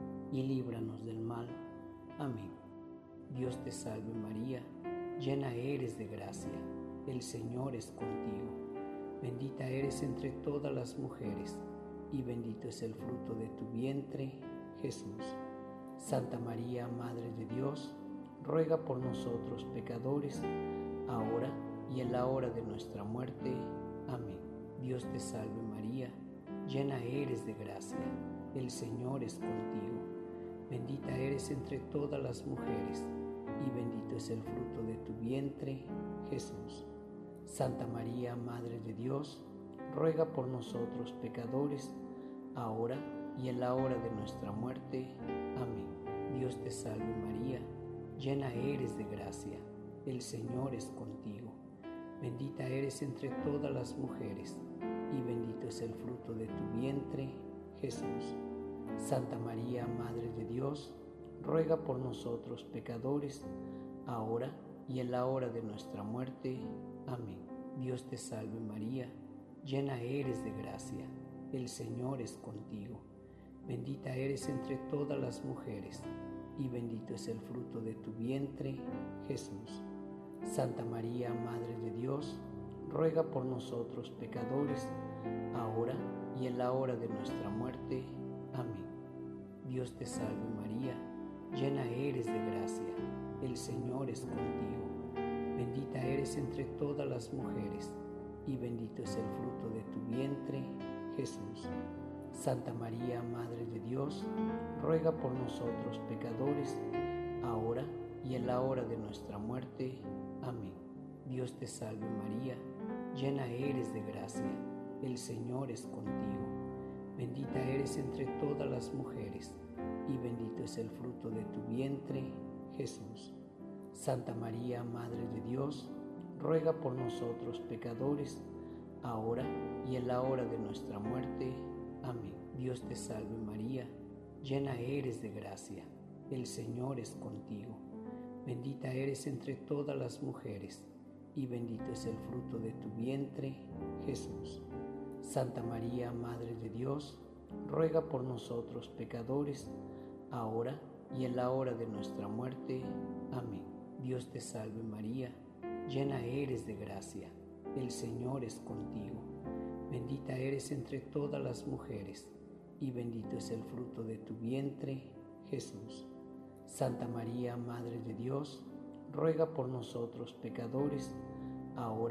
y líbranos del mal. Amén. Dios te salve María, llena eres de gracia, el Señor es contigo. Bendita eres entre todas las mujeres, y bendito es el fruto de tu vientre, Jesús. Santa María, Madre de Dios, ruega por nosotros pecadores, ahora y en la hora de nuestra muerte. Amén. Dios te salve María, llena eres de gracia, el Señor es contigo. Bendita eres entre todas las mujeres, y bendito es el fruto de tu vientre, Jesús. Santa María, Madre de Dios, ruega por nosotros pecadores, ahora y en la hora de nuestra muerte. Amén. Dios te salve María, llena eres de gracia, el Señor es contigo. Bendita eres entre todas las mujeres, y bendito es el fruto de tu vientre, Jesús. Santa María, Madre de Dios, ruega por nosotros pecadores, ahora y en la hora de nuestra muerte. Amén. Dios te salve María, llena eres de gracia, el Señor es contigo. Bendita eres entre todas las mujeres, y bendito es el fruto de tu vientre, Jesús. Santa María, Madre de Dios, ruega por nosotros pecadores, ahora y en la hora de nuestra muerte. Amén. Dios te salve María, llena eres de gracia, el Señor es contigo. Bendita eres entre todas las mujeres, y bendito es el fruto de tu vientre, Jesús. Santa María, Madre de Dios, ruega por nosotros pecadores, ahora y en la hora de nuestra muerte. Amén. Dios te salve María, llena eres de gracia, el Señor es contigo. Bendita eres entre todas las mujeres, y bendito es el fruto de tu vientre, Jesús. Santa María, Madre de Dios, ruega por nosotros pecadores, ahora y en la hora de nuestra muerte. Amén. Dios te salve María, llena eres de gracia, el Señor es contigo. Bendita eres entre todas las mujeres, y bendito es el fruto de tu vientre, Jesús. Santa María, Madre de Dios, ruega por nosotros pecadores, ahora y en la hora de nuestra muerte. Amén. Dios te salve María, llena eres de gracia, el Señor es contigo. Bendita eres entre todas las mujeres, y bendito es el fruto de tu vientre, Jesús. Santa María, Madre de Dios, ruega por nosotros pecadores, ahora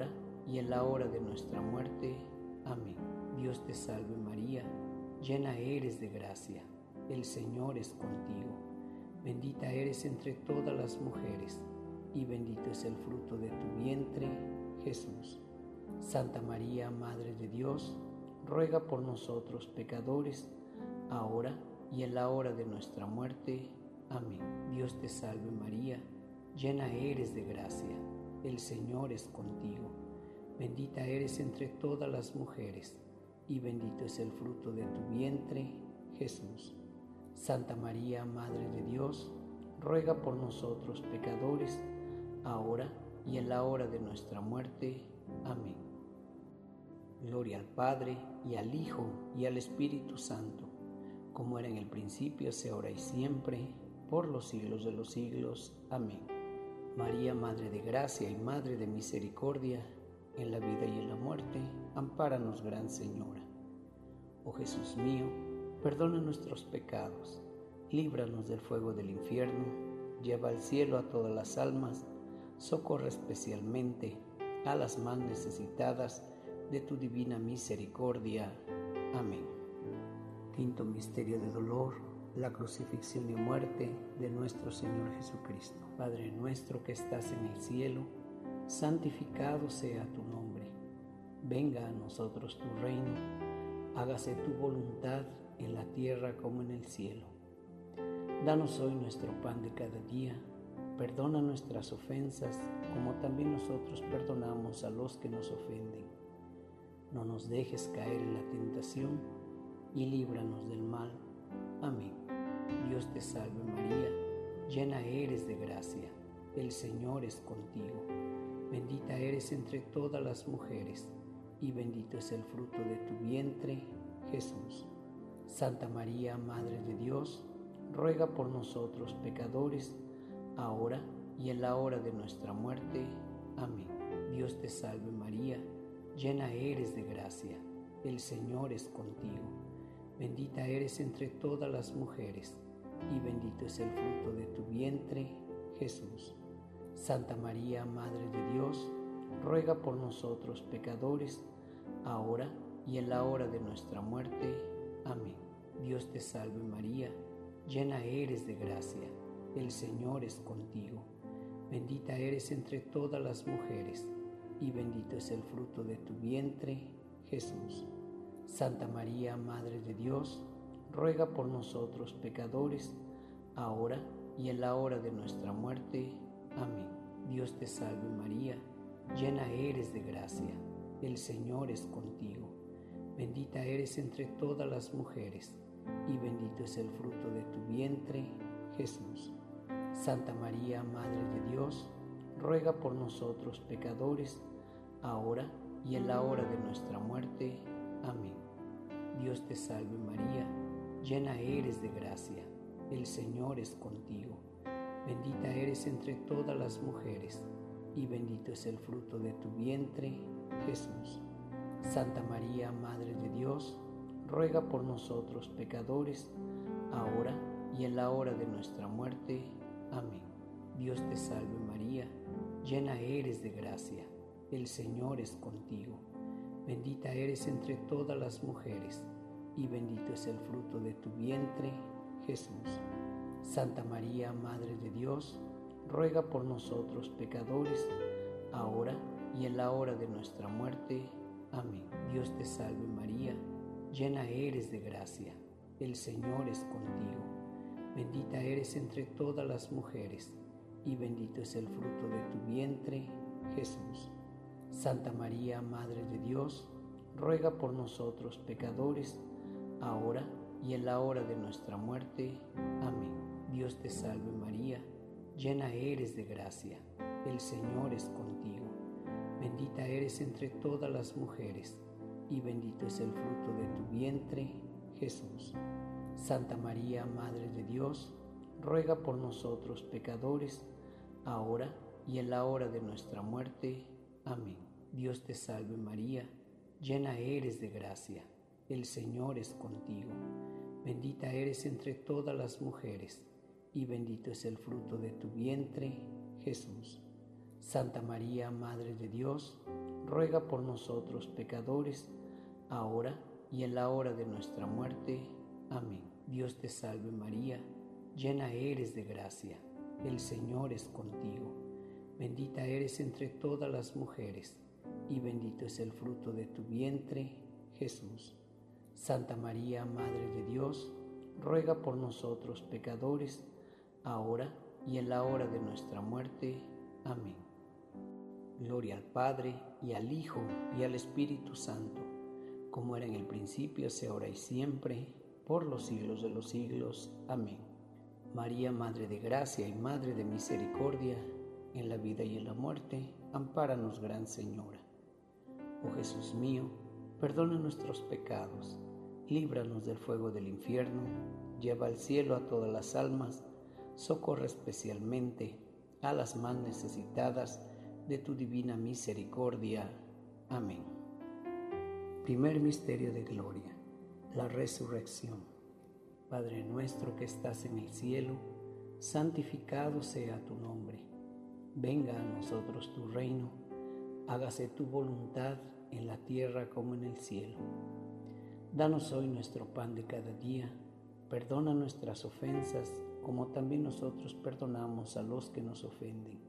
y en la hora de nuestra muerte. Amén. Dios te salve María, llena eres de gracia, el Señor es contigo. Bendita eres entre todas las mujeres, y bendito es el fruto de tu vientre, Jesús. Santa María, Madre de Dios, ruega por nosotros pecadores, ahora y en la hora de nuestra muerte. Amén. Dios te salve María, llena eres de gracia, el Señor es contigo. Bendita eres entre todas las mujeres, y bendito es el fruto de tu vientre, Jesús. Santa María, Madre de Dios, ruega por nosotros pecadores, ahora y en la hora de nuestra muerte. Amén. Gloria al Padre, y al Hijo, y al Espíritu Santo, como era en el principio, sea ahora y siempre, por los siglos de los siglos. Amén. María, Madre de Gracia y Madre de Misericordia, en la vida y en la muerte, ampáranos, Gran Señora. Oh Jesús mío, perdona nuestros pecados, líbranos del fuego del infierno, lleva al cielo a todas las almas, socorre especialmente a las más necesitadas de tu divina misericordia. Amén. Quinto misterio de dolor, la crucifixión y muerte de nuestro Señor Jesucristo. Padre nuestro que estás en el cielo, santificado sea tu nombre. Venga a nosotros tu reino, hágase tu voluntad en la tierra como en el cielo. Danos hoy nuestro pan de cada día, perdona nuestras ofensas como también nosotros perdonamos a los que nos ofenden. No nos dejes caer en la tentación y líbranos del mal. Amén. Dios te salve María, llena eres de gracia, el Señor es contigo. Bendita eres entre todas las mujeres, y bendito es el fruto de tu vientre, Jesús. Santa María, Madre de Dios, ruega por nosotros pecadores, ahora y en la hora de nuestra muerte. Amén. Dios te salve María, llena eres de gracia, el Señor es contigo. Bendita eres entre todas las mujeres, y bendito es el fruto de tu vientre, Jesús. Santa María, Madre de Dios, ruega por nosotros pecadores, ahora y en la hora de nuestra muerte. Amén. Dios te salve María, llena eres de gracia, el Señor es contigo. Bendita eres entre todas las mujeres, y bendito es el fruto de tu vientre, Jesús. Santa María, Madre de Dios, ruega por nosotros pecadores, ahora y en la hora de nuestra muerte. Amén. Dios te salve María, llena eres de gracia, el Señor es contigo. Bendita eres entre todas las mujeres, y bendito es el fruto de tu vientre, Jesús. Santa María, Madre de Dios, ruega por nosotros pecadores, ahora y en la hora de nuestra muerte. Amén. Dios te salve María, llena eres de gracia, el Señor es contigo. Bendita eres entre todas las mujeres, y bendito es el fruto de tu vientre, Jesús. Santa María, Madre de Dios, ruega por nosotros pecadores, ahora y en la hora de nuestra muerte. Amén. Dios te salve María, llena eres de gracia, el Señor es contigo. Bendita eres entre todas las mujeres, y bendito es el fruto de tu vientre, Jesús. Santa María, Madre de Dios, ruega por nosotros pecadores, ahora y en la hora de nuestra muerte. Amén. Dios te salve María, llena eres de gracia, el Señor es contigo. Bendita eres entre todas las mujeres, y bendito es el fruto de tu vientre, Jesús. Santa María, Madre de Dios, ruega por nosotros pecadores, ahora y en la hora de nuestra muerte. Amén. Dios te salve María, llena eres de gracia, el Señor es contigo. Bendita eres entre todas las mujeres, y bendito es el fruto de tu vientre, Jesús. Santa María, Madre de Dios, ruega por nosotros pecadores, ahora y en la hora de nuestra muerte. Amén. Dios te salve María, llena eres de gracia, el Señor es contigo. Bendita eres entre todas las mujeres, y bendito es el fruto de tu vientre, Jesús. Santa María, Madre de Dios, ruega por nosotros pecadores, ahora y en la hora de nuestra muerte. Amén. Dios te salve María, llena eres de gracia, el Señor es contigo. Bendita eres entre todas las mujeres, y bendito es el fruto de tu vientre, Jesús. Santa María, Madre de Dios, ruega por nosotros pecadores, ahora y en la hora de nuestra muerte. Amén. Gloria al Padre, y al Hijo, y al Espíritu Santo, como era en el principio, así ahora y siempre, por los siglos de los siglos. Amén. María, Madre de Gracia y Madre de Misericordia, en la vida y en la muerte, ampáranos, Gran Señora. Oh Jesús mío, perdona nuestros pecados, líbranos del fuego del infierno, lleva al cielo a todas las almas, socorre especialmente a las más necesitadas de tu divina misericordia. Amén. Primer misterio de gloria, la resurrección. Padre nuestro que estás en el cielo, santificado sea tu nombre. Venga a nosotros tu reino, hágase tu voluntad en la tierra como en el cielo. Danos hoy nuestro pan de cada día, perdona nuestras ofensas, como también nosotros perdonamos a los que nos ofenden.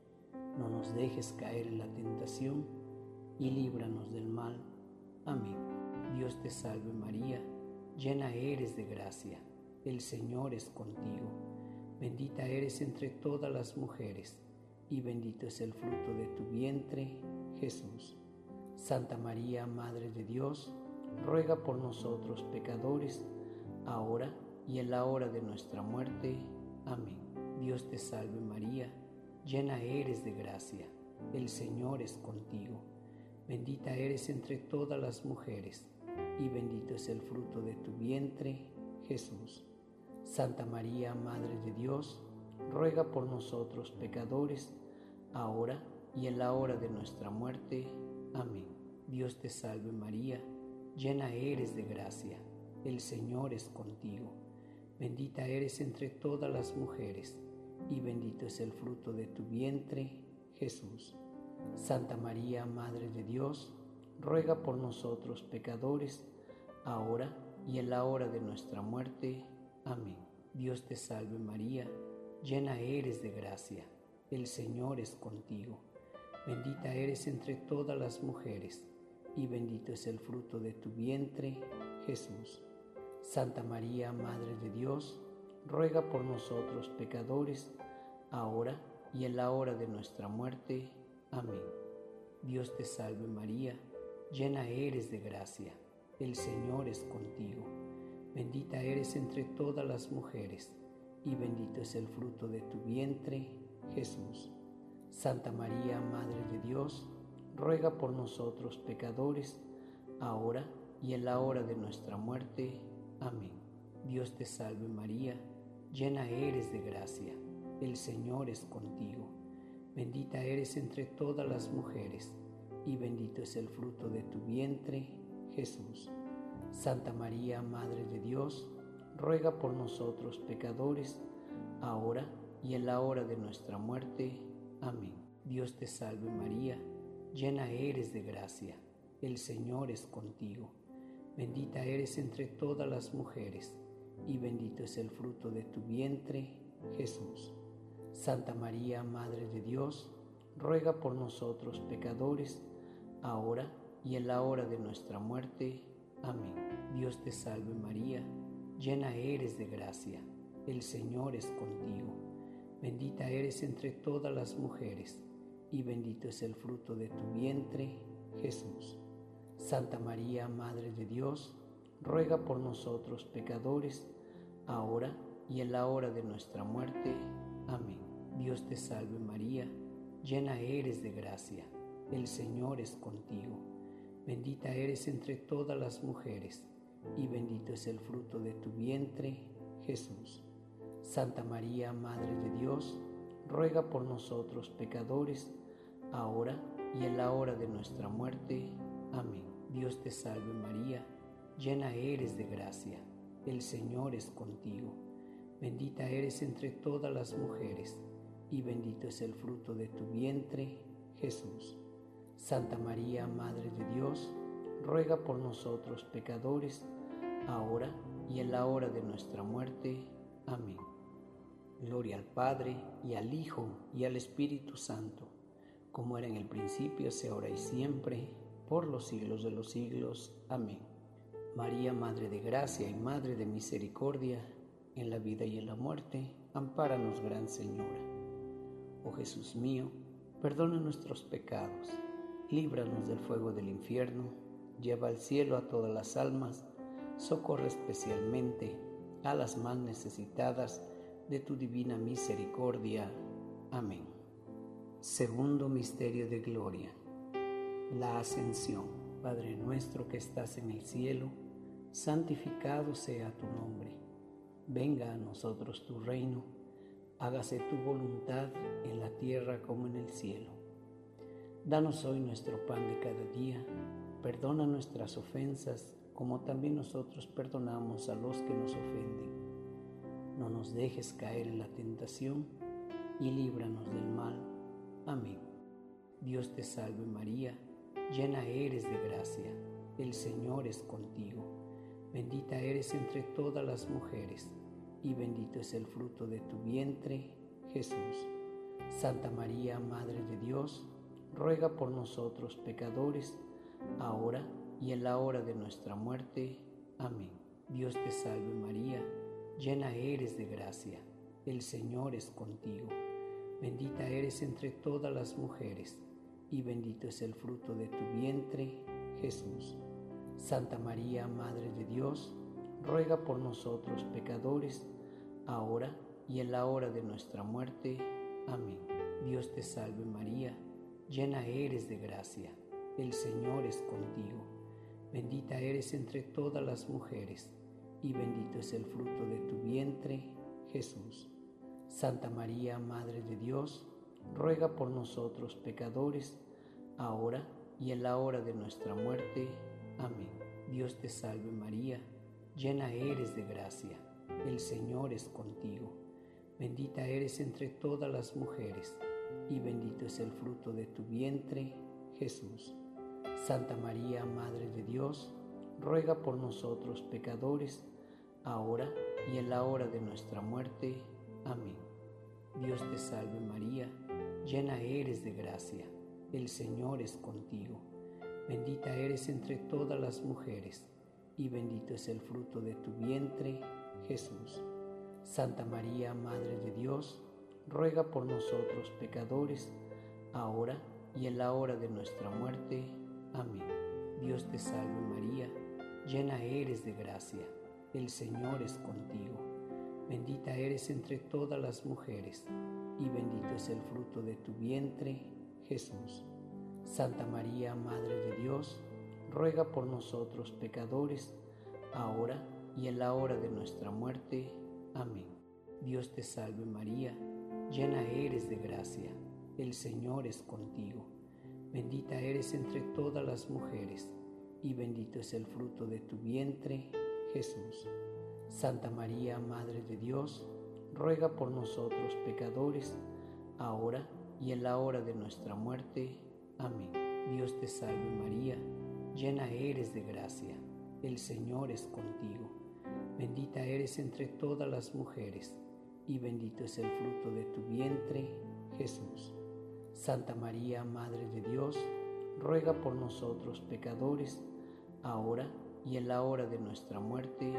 No nos dejes caer en la tentación, y líbranos del mal. Amén. Dios te salve María, llena eres de gracia, el Señor es contigo. Bendita eres entre todas las mujeres, y bendito es el fruto de tu vientre, Jesús. Santa María, Madre de Dios, ruega por nosotros pecadores, ahora y en la hora de nuestra muerte. Amén. Dios te salve María, llena eres de gracia, el Señor es contigo. Bendita eres entre todas las mujeres, y bendito es el fruto de tu vientre, Jesús. Santa María, Madre de Dios, ruega por nosotros pecadores, ahora y en la hora de nuestra muerte. Amén. Dios te salve María, llena eres de gracia, el Señor es contigo. Bendita eres entre todas las mujeres, y bendito es el fruto de tu vientre, Jesús. Santa María, Madre de Dios, ruega por nosotros pecadores, ahora y en la hora de nuestra muerte. Amén. Dios te salve María, llena eres de gracia, el Señor es contigo. Bendita eres entre todas las mujeres, y bendito es el fruto de tu vientre, Jesús. Santa María, Madre de Dios, ruega por nosotros pecadores, ahora y en la hora de nuestra muerte. Amén. Dios te salve María, llena eres de gracia, el Señor es contigo. Bendita eres entre todas las mujeres, y bendito es el fruto de tu vientre, Jesús. Santa María, Madre de Dios, ruega por nosotros pecadores, ahora y en la hora de nuestra muerte. Amén. Dios te salve María, llena eres de gracia, el Señor es contigo. Bendita eres entre todas las mujeres, y bendito es el fruto de tu vientre, Jesús. Santa María, Madre de Dios, ruega por nosotros pecadores, ahora y en la hora de nuestra muerte. Amén. Dios te salve María, llena eres de gracia, el Señor es contigo. Bendita eres entre todas las mujeres, y bendito es el fruto de tu vientre, Jesús. Santa María, Madre de Dios, ruega por nosotros pecadores, ahora y en la hora de nuestra muerte. Amén. Dios te salve María, llena eres de gracia, el Señor es contigo. Bendita eres entre todas las mujeres, y bendito es el fruto de tu vientre, Jesús. Santa María, Madre de Dios, ruega por nosotros pecadores, ahora y en la hora de nuestra muerte. Amén. Dios te salve María, llena eres de gracia, el Señor es contigo. Bendita eres entre todas las mujeres, y bendito es el fruto de tu vientre, Jesús. Santa María, Madre de Dios, ruega por nosotros pecadores, ahora y en la hora de nuestra muerte. Amén. Dios te salve María, llena eres de gracia, el Señor es contigo. Bendita eres entre todas las mujeres, y bendito es el fruto de tu vientre, Jesús. Santa María, Madre de Dios, ruega por nosotros pecadores, ahora y en la hora de nuestra muerte. Amén. Gloria al Padre, y al Hijo, y al Espíritu Santo, como era en el principio, sea ahora y siempre, por los siglos de los siglos. Amén. María, Madre de Gracia y Madre de Misericordia, en la vida y en la muerte, ampáranos, Gran Señora. Oh Jesús mío, perdona nuestros pecados, líbranos del fuego del infierno, lleva al cielo a todas las almas, socorre especialmente a las más necesitadas de tu divina misericordia. Amén. Segundo misterio de gloria, la ascensión. Padre nuestro que estás en el cielo, santificado sea tu nombre. Venga a nosotros tu reino, hágase tu voluntad en la tierra como en el cielo. Danos hoy nuestro pan de cada día, perdona nuestras ofensas, como también nosotros perdonamos a los que nos ofenden. No nos dejes caer en la tentación, y líbranos del mal. Amén. Dios te salve María, llena eres de gracia, el Señor es contigo. Bendita eres entre todas las mujeres, y bendito es el fruto de tu vientre, Jesús. Santa María, Madre de Dios, ruega por nosotros pecadores, ahora y en la hora de nuestra muerte. Amén. Dios te salve María, llena eres de gracia, el Señor es contigo. Bendita eres entre todas las mujeres, y bendito es el fruto de tu vientre, Jesús. Santa María, Madre de Dios, ruega por nosotros pecadores, ahora y en la hora de nuestra muerte. Amén. Dios te salve María, llena eres de gracia, el Señor es contigo. Bendita eres entre todas las mujeres, y bendito es el fruto de tu vientre, Jesús. Santa María, Madre de Dios, ruega por nosotros pecadores, ahora y en la hora de nuestra muerte. Amén. Dios te salve María, llena eres de gracia, el Señor es contigo. Bendita eres entre todas las mujeres, y bendito es el fruto de tu vientre, Jesús. Santa María, Madre de Dios, ruega por nosotros pecadores, ahora y en la hora de nuestra muerte. Amén. Dios te salve María, llena eres de gracia, el Señor es contigo. Bendita eres entre todas las mujeres, y bendito es el fruto de tu vientre, Jesús. Santa María, Madre de Dios, ruega por nosotros pecadores, ahora y en la hora de nuestra muerte. Amén. Dios te salve María, llena eres de gracia, el Señor es contigo. Bendita eres entre todas las mujeres, y bendito es el fruto de tu vientre, Jesús. Santa María, Madre de Dios, ruega por nosotros pecadores, ahora y en la hora de nuestra muerte. Amén. Dios te salve María, llena eres de gracia, el Señor es contigo. Bendita eres entre todas las mujeres, y bendito es el fruto de tu vientre, Jesús. Santa María, Madre de Dios, ruega por nosotros pecadores, ahora y en la hora de nuestra muerte. Amén. Dios te salve María, llena eres de gracia, el Señor es contigo. Bendita eres entre todas las mujeres, y bendito es el fruto de tu vientre, Jesús. Santa María, Madre de Dios, ruega por nosotros pecadores, ahora y en la hora de nuestra muerte.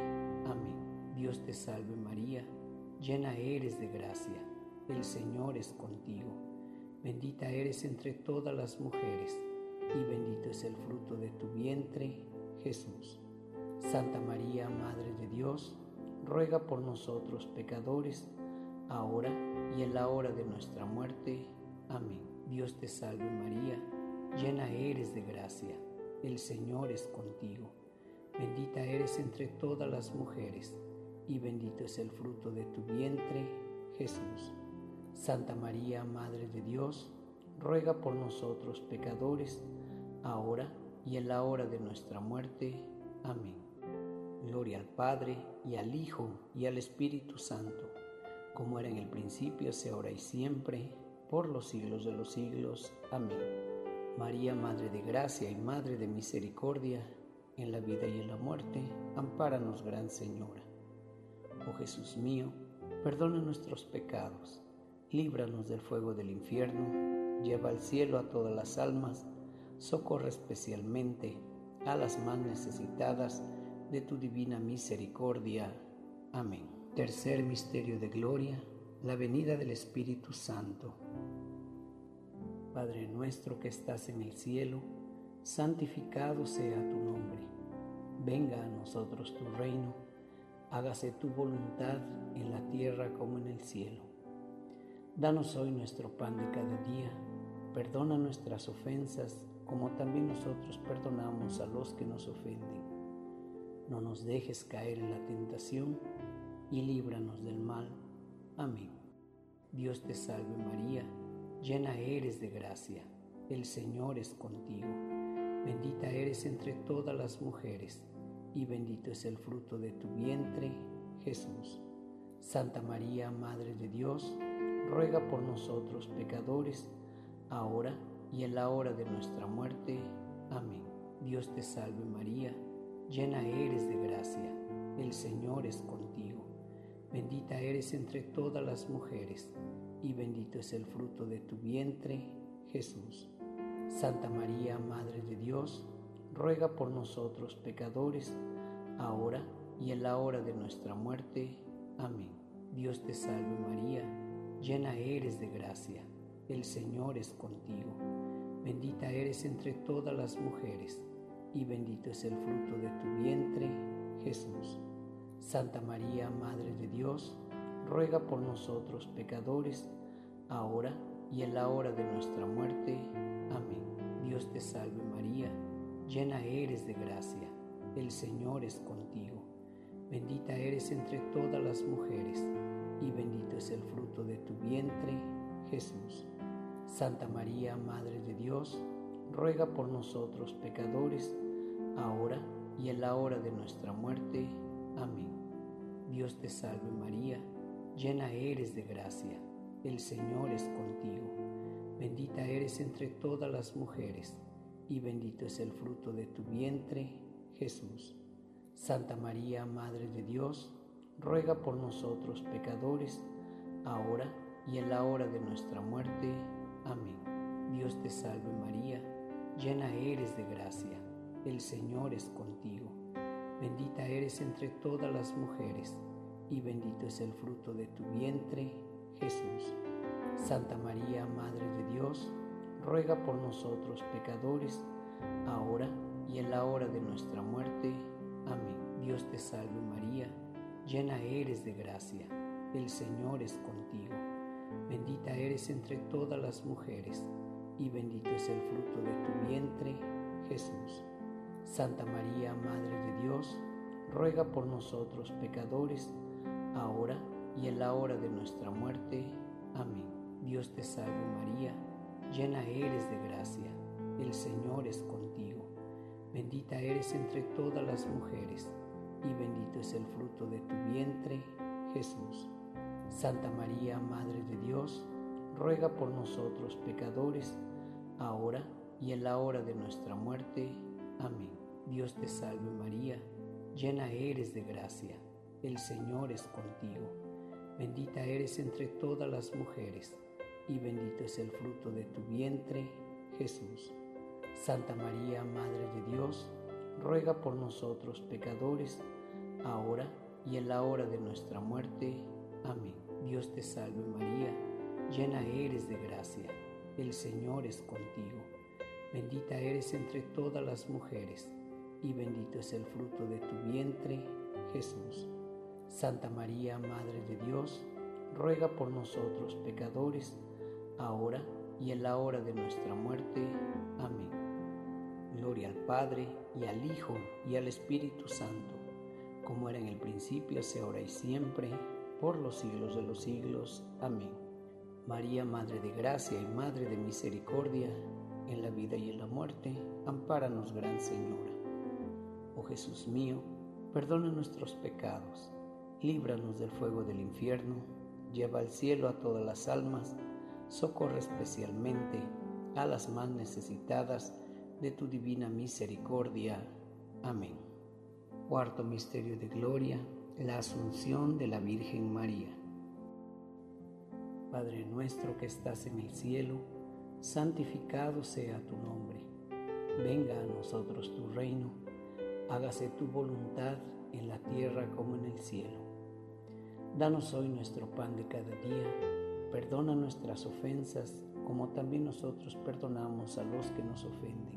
Amén. Dios te salve María, llena eres de gracia, el Señor es contigo. Bendita eres entre todas las mujeres, y bendito es el fruto de tu vientre, Jesús. Santa María, Madre de Dios, ruega por nosotros pecadores, ahora y en la hora de nuestra muerte. Amén. Dios te salve María, llena eres de gracia, el Señor es contigo. Bendita eres entre todas las mujeres, y bendito es el fruto de tu vientre, Jesús. Santa María, Madre de Dios, ruega por nosotros pecadores, ahora y en la hora de nuestra muerte. Amén. Gloria al Padre, y al Hijo, y al Espíritu Santo, como era en el principio, sea ahora y siempre, por los siglos de los siglos. Amén. María, Madre de Gracia y Madre de Misericordia, en la vida y en la muerte, ampáranos, Gran Señora. Oh Jesús mío, perdona nuestros pecados, líbranos del fuego del infierno, lleva al cielo a todas las almas, socorre especialmente a las más necesitadas de tu divina misericordia. Amén. Tercer misterio de gloria, la venida del Espíritu Santo. Padre nuestro que estás en el cielo, santificado sea tu nombre. Venga a nosotros tu reino, hágase tu voluntad en la tierra como en el cielo. Danos hoy nuestro pan de cada día, perdona nuestras ofensas, como también nosotros perdonamos a los que nos ofenden. No nos dejes caer en la tentación y líbranos del mal. Amén. Dios te salve María, llena eres de gracia, el Señor es contigo. Bendita eres entre todas las mujeres, y bendito es el fruto de tu vientre, Jesús. Santa María, Madre de Dios, ruega por nosotros pecadores, ahora y en la hora de nuestra muerte. Amén. Dios te salve María, llena eres de gracia, el Señor es contigo. Bendita eres entre todas las mujeres, y bendito es el fruto de tu vientre, Jesús. Santa María, Madre de Dios, ruega por nosotros pecadores, ahora y en la hora de nuestra muerte. Amén. Dios te salve María, llena eres de gracia, el Señor es contigo. Bendita eres entre todas las mujeres, y bendito es el fruto de tu vientre, Jesús. Santa María, Madre de Dios, ruega por nosotros pecadores, ahora y en la hora de nuestra muerte. Amén. Dios te salve María, llena eres de gracia, el Señor es contigo. Bendita eres entre todas las mujeres, y bendito es el fruto de tu vientre, Jesús. Santa María, Madre de Dios, ruega por nosotros pecadores, ahora y en la hora de nuestra muerte. Amén. Dios te salve María, llena eres de gracia, el Señor es contigo. Bendita eres entre todas las mujeres, y bendito es el fruto de tu vientre, Jesús. Santa María, Madre de Dios, ruega por nosotros pecadores, ahora y en la hora de nuestra muerte. Amén. Dios te salve María, llena eres de gracia, el Señor es contigo. Bendita eres entre todas las mujeres, y bendito es el fruto de tu vientre, Jesús. Santa María, Madre de Dios, ruega por nosotros pecadores, ahora y en la hora de nuestra muerte. Amén. Dios te salve María, llena eres de gracia, el Señor es contigo. Bendita eres entre todas las mujeres, y bendito es el fruto de tu vientre, Jesús. Santa María, Madre de Dios, ruega por nosotros pecadores, ahora y en la hora de nuestra muerte. Amén. Dios te salve María, llena eres de gracia, el Señor es contigo. Bendita eres entre todas las mujeres, y bendito es el fruto de tu vientre, Jesús. Santa María, Madre de Dios, ruega por nosotros pecadores, ahora y en la hora de nuestra muerte. Amén. Dios te salve María, llena eres de gracia, el Señor es contigo. Bendita eres entre todas las mujeres, y bendito es el fruto de tu vientre, Jesús. Santa María, Madre de Dios, ruega por nosotros pecadores, ahora y en la hora de nuestra muerte. Amén. Dios te salve María, llena eres de gracia, el Señor es contigo. Bendita eres entre todas las mujeres, y bendito es el fruto de tu vientre, Jesús. Santa María, Madre de Dios, ruega por nosotros pecadores, ahora y en la hora de nuestra muerte. Amén. Gloria al Padre, y al Hijo, y al Espíritu Santo, como era en el principio, sea ahora y siempre, por los siglos de los siglos. Amén. María, Madre de Gracia y Madre de Misericordia, en la vida y en la muerte, ampáranos, Gran Señora. Oh Jesús mío, perdona nuestros pecados, líbranos del fuego del infierno, lleva al cielo a todas las almas, socorre especialmente a las más necesitadas de tu divina misericordia. Amén. Cuarto misterio de gloria, la Asunción de la Virgen María. Padre nuestro que estás en el cielo, santificado sea tu nombre. Venga a nosotros tu reino, hágase tu voluntad en la tierra como en el cielo. Danos hoy nuestro pan de cada día, perdona nuestras ofensas como también nosotros perdonamos a los que nos ofenden.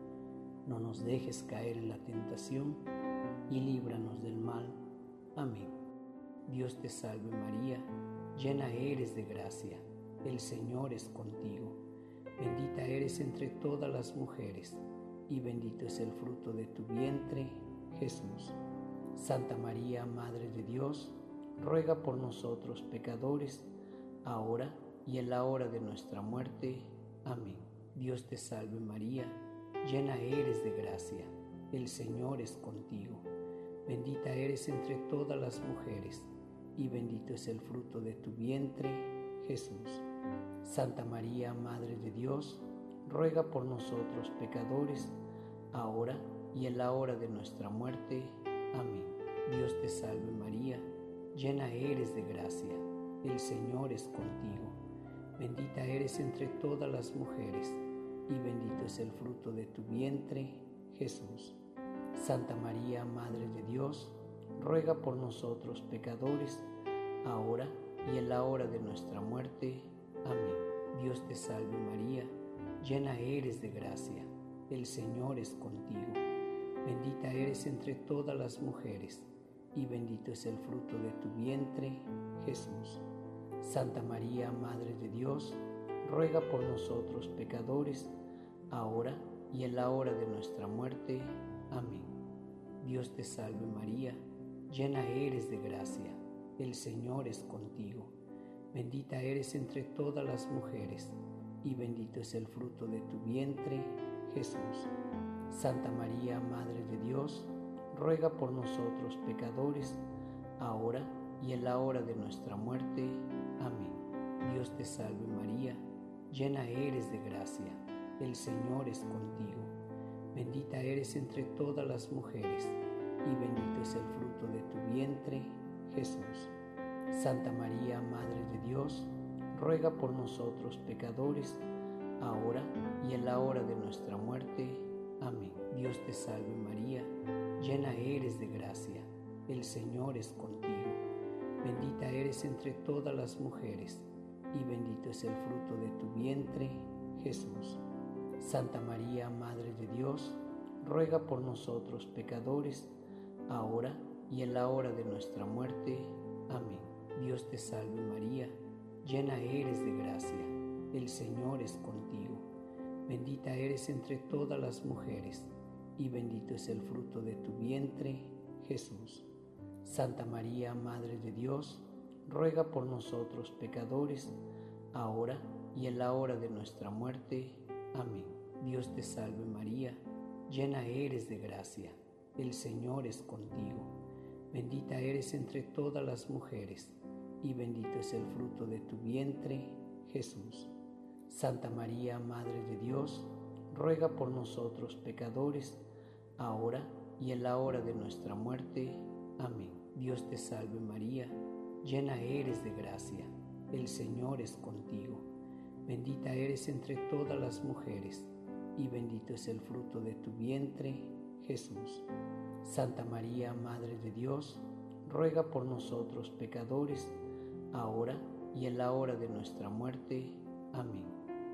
No nos dejes caer en la tentación y líbranos del mal. Amén. Dios te salve María, llena eres de gracia, el Señor es contigo. Bendita eres entre todas las mujeres, y bendito es el fruto de tu vientre, Jesús. Santa María, Madre de Dios, ruega por nosotros pecadores, ahora y en la hora de nuestra muerte. Amén. Dios te salve María, llena eres de gracia, el Señor es contigo. Bendita eres entre todas las mujeres, y bendito es el fruto de tu vientre, Jesús. Santa María, Madre de Dios, ruega por nosotros pecadores, ahora y en la hora de nuestra muerte. Amén. Dios te salve María, llena eres de gracia, el Señor es contigo. Bendita eres entre todas las mujeres, y bendito es el fruto de tu vientre, Jesús. Santa María, Madre de Dios, ruega por nosotros pecadores, ahora y en la hora de nuestra muerte. Amén. Dios te salve María, llena eres de gracia, el Señor es contigo. Bendita eres entre todas las mujeres, y bendito es el fruto de tu vientre, Jesús. Santa María, Madre de Dios, ruega por nosotros pecadores, ahora y en la hora de nuestra muerte. Amén. Dios te salve María, llena eres de gracia, el Señor es contigo. Bendita eres entre todas las mujeres, y bendito es el fruto de tu vientre, Jesús. Santa María, Madre de Dios, ruega por nosotros pecadores, ahora y en la hora de nuestra muerte. Amén. Dios te salve María, llena eres de gracia, el Señor es contigo. Bendita eres entre todas las mujeres, y bendito es el fruto de tu vientre, Jesús. Santa María, Madre de Dios, ruega por nosotros pecadores, ahora y en la hora de nuestra muerte. Amén. Dios te salve María, llena eres de gracia, el Señor es contigo. Bendita eres entre todas las mujeres, y bendito es el fruto de tu vientre, Jesús. Santa María, Madre de Dios, ruega por nosotros pecadores, ahora y en la hora de nuestra muerte. Amén. Dios te salve María, llena eres de gracia, el Señor es contigo. Bendita eres entre todas las mujeres, y bendito es el fruto de tu vientre, Jesús. Santa María, Madre de Dios, ruega por nosotros pecadores, ahora y en la hora de nuestra muerte. Amén. Dios te salve María, llena eres de gracia, el Señor es contigo. Bendita eres entre todas las mujeres, y bendito es el fruto de tu vientre, Jesús. Santa María, Madre de Dios, ruega por nosotros pecadores, ahora y en la hora de nuestra muerte. Amén. Dios te salve María, llena eres de gracia, el Señor es contigo. Bendita eres entre todas las mujeres, y bendito es el fruto de tu vientre, Jesús. Santa María, Madre de Dios, ruega por nosotros pecadores, ahora y en la hora de nuestra muerte. Amén.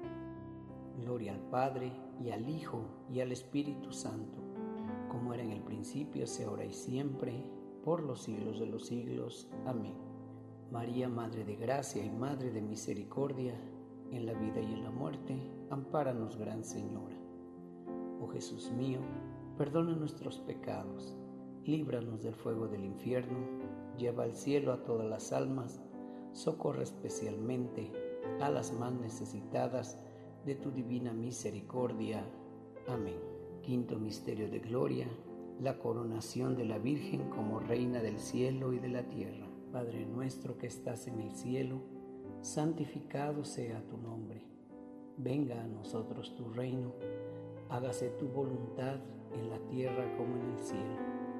Gloria al Padre, y al Hijo, y al Espíritu Santo, como era en el principio, sea ahora y siempre, por los siglos de los siglos. Amén. María, Madre de Gracia y Madre de Misericordia, en la vida y en la muerte, ampáranos, Gran Señora. Oh Jesús mío, perdona nuestros pecados, líbranos del fuego del infierno, lleva al cielo a todas las almas, socorre especialmente a las más necesitadas de tu divina misericordia. Amén. Quinto misterio de gloria, la coronación de la Virgen como Reina del cielo y de la tierra. Padre nuestro que estás en el cielo, santificado sea tu nombre. Venga a nosotros tu reino, hágase tu voluntad en la tierra como en el cielo.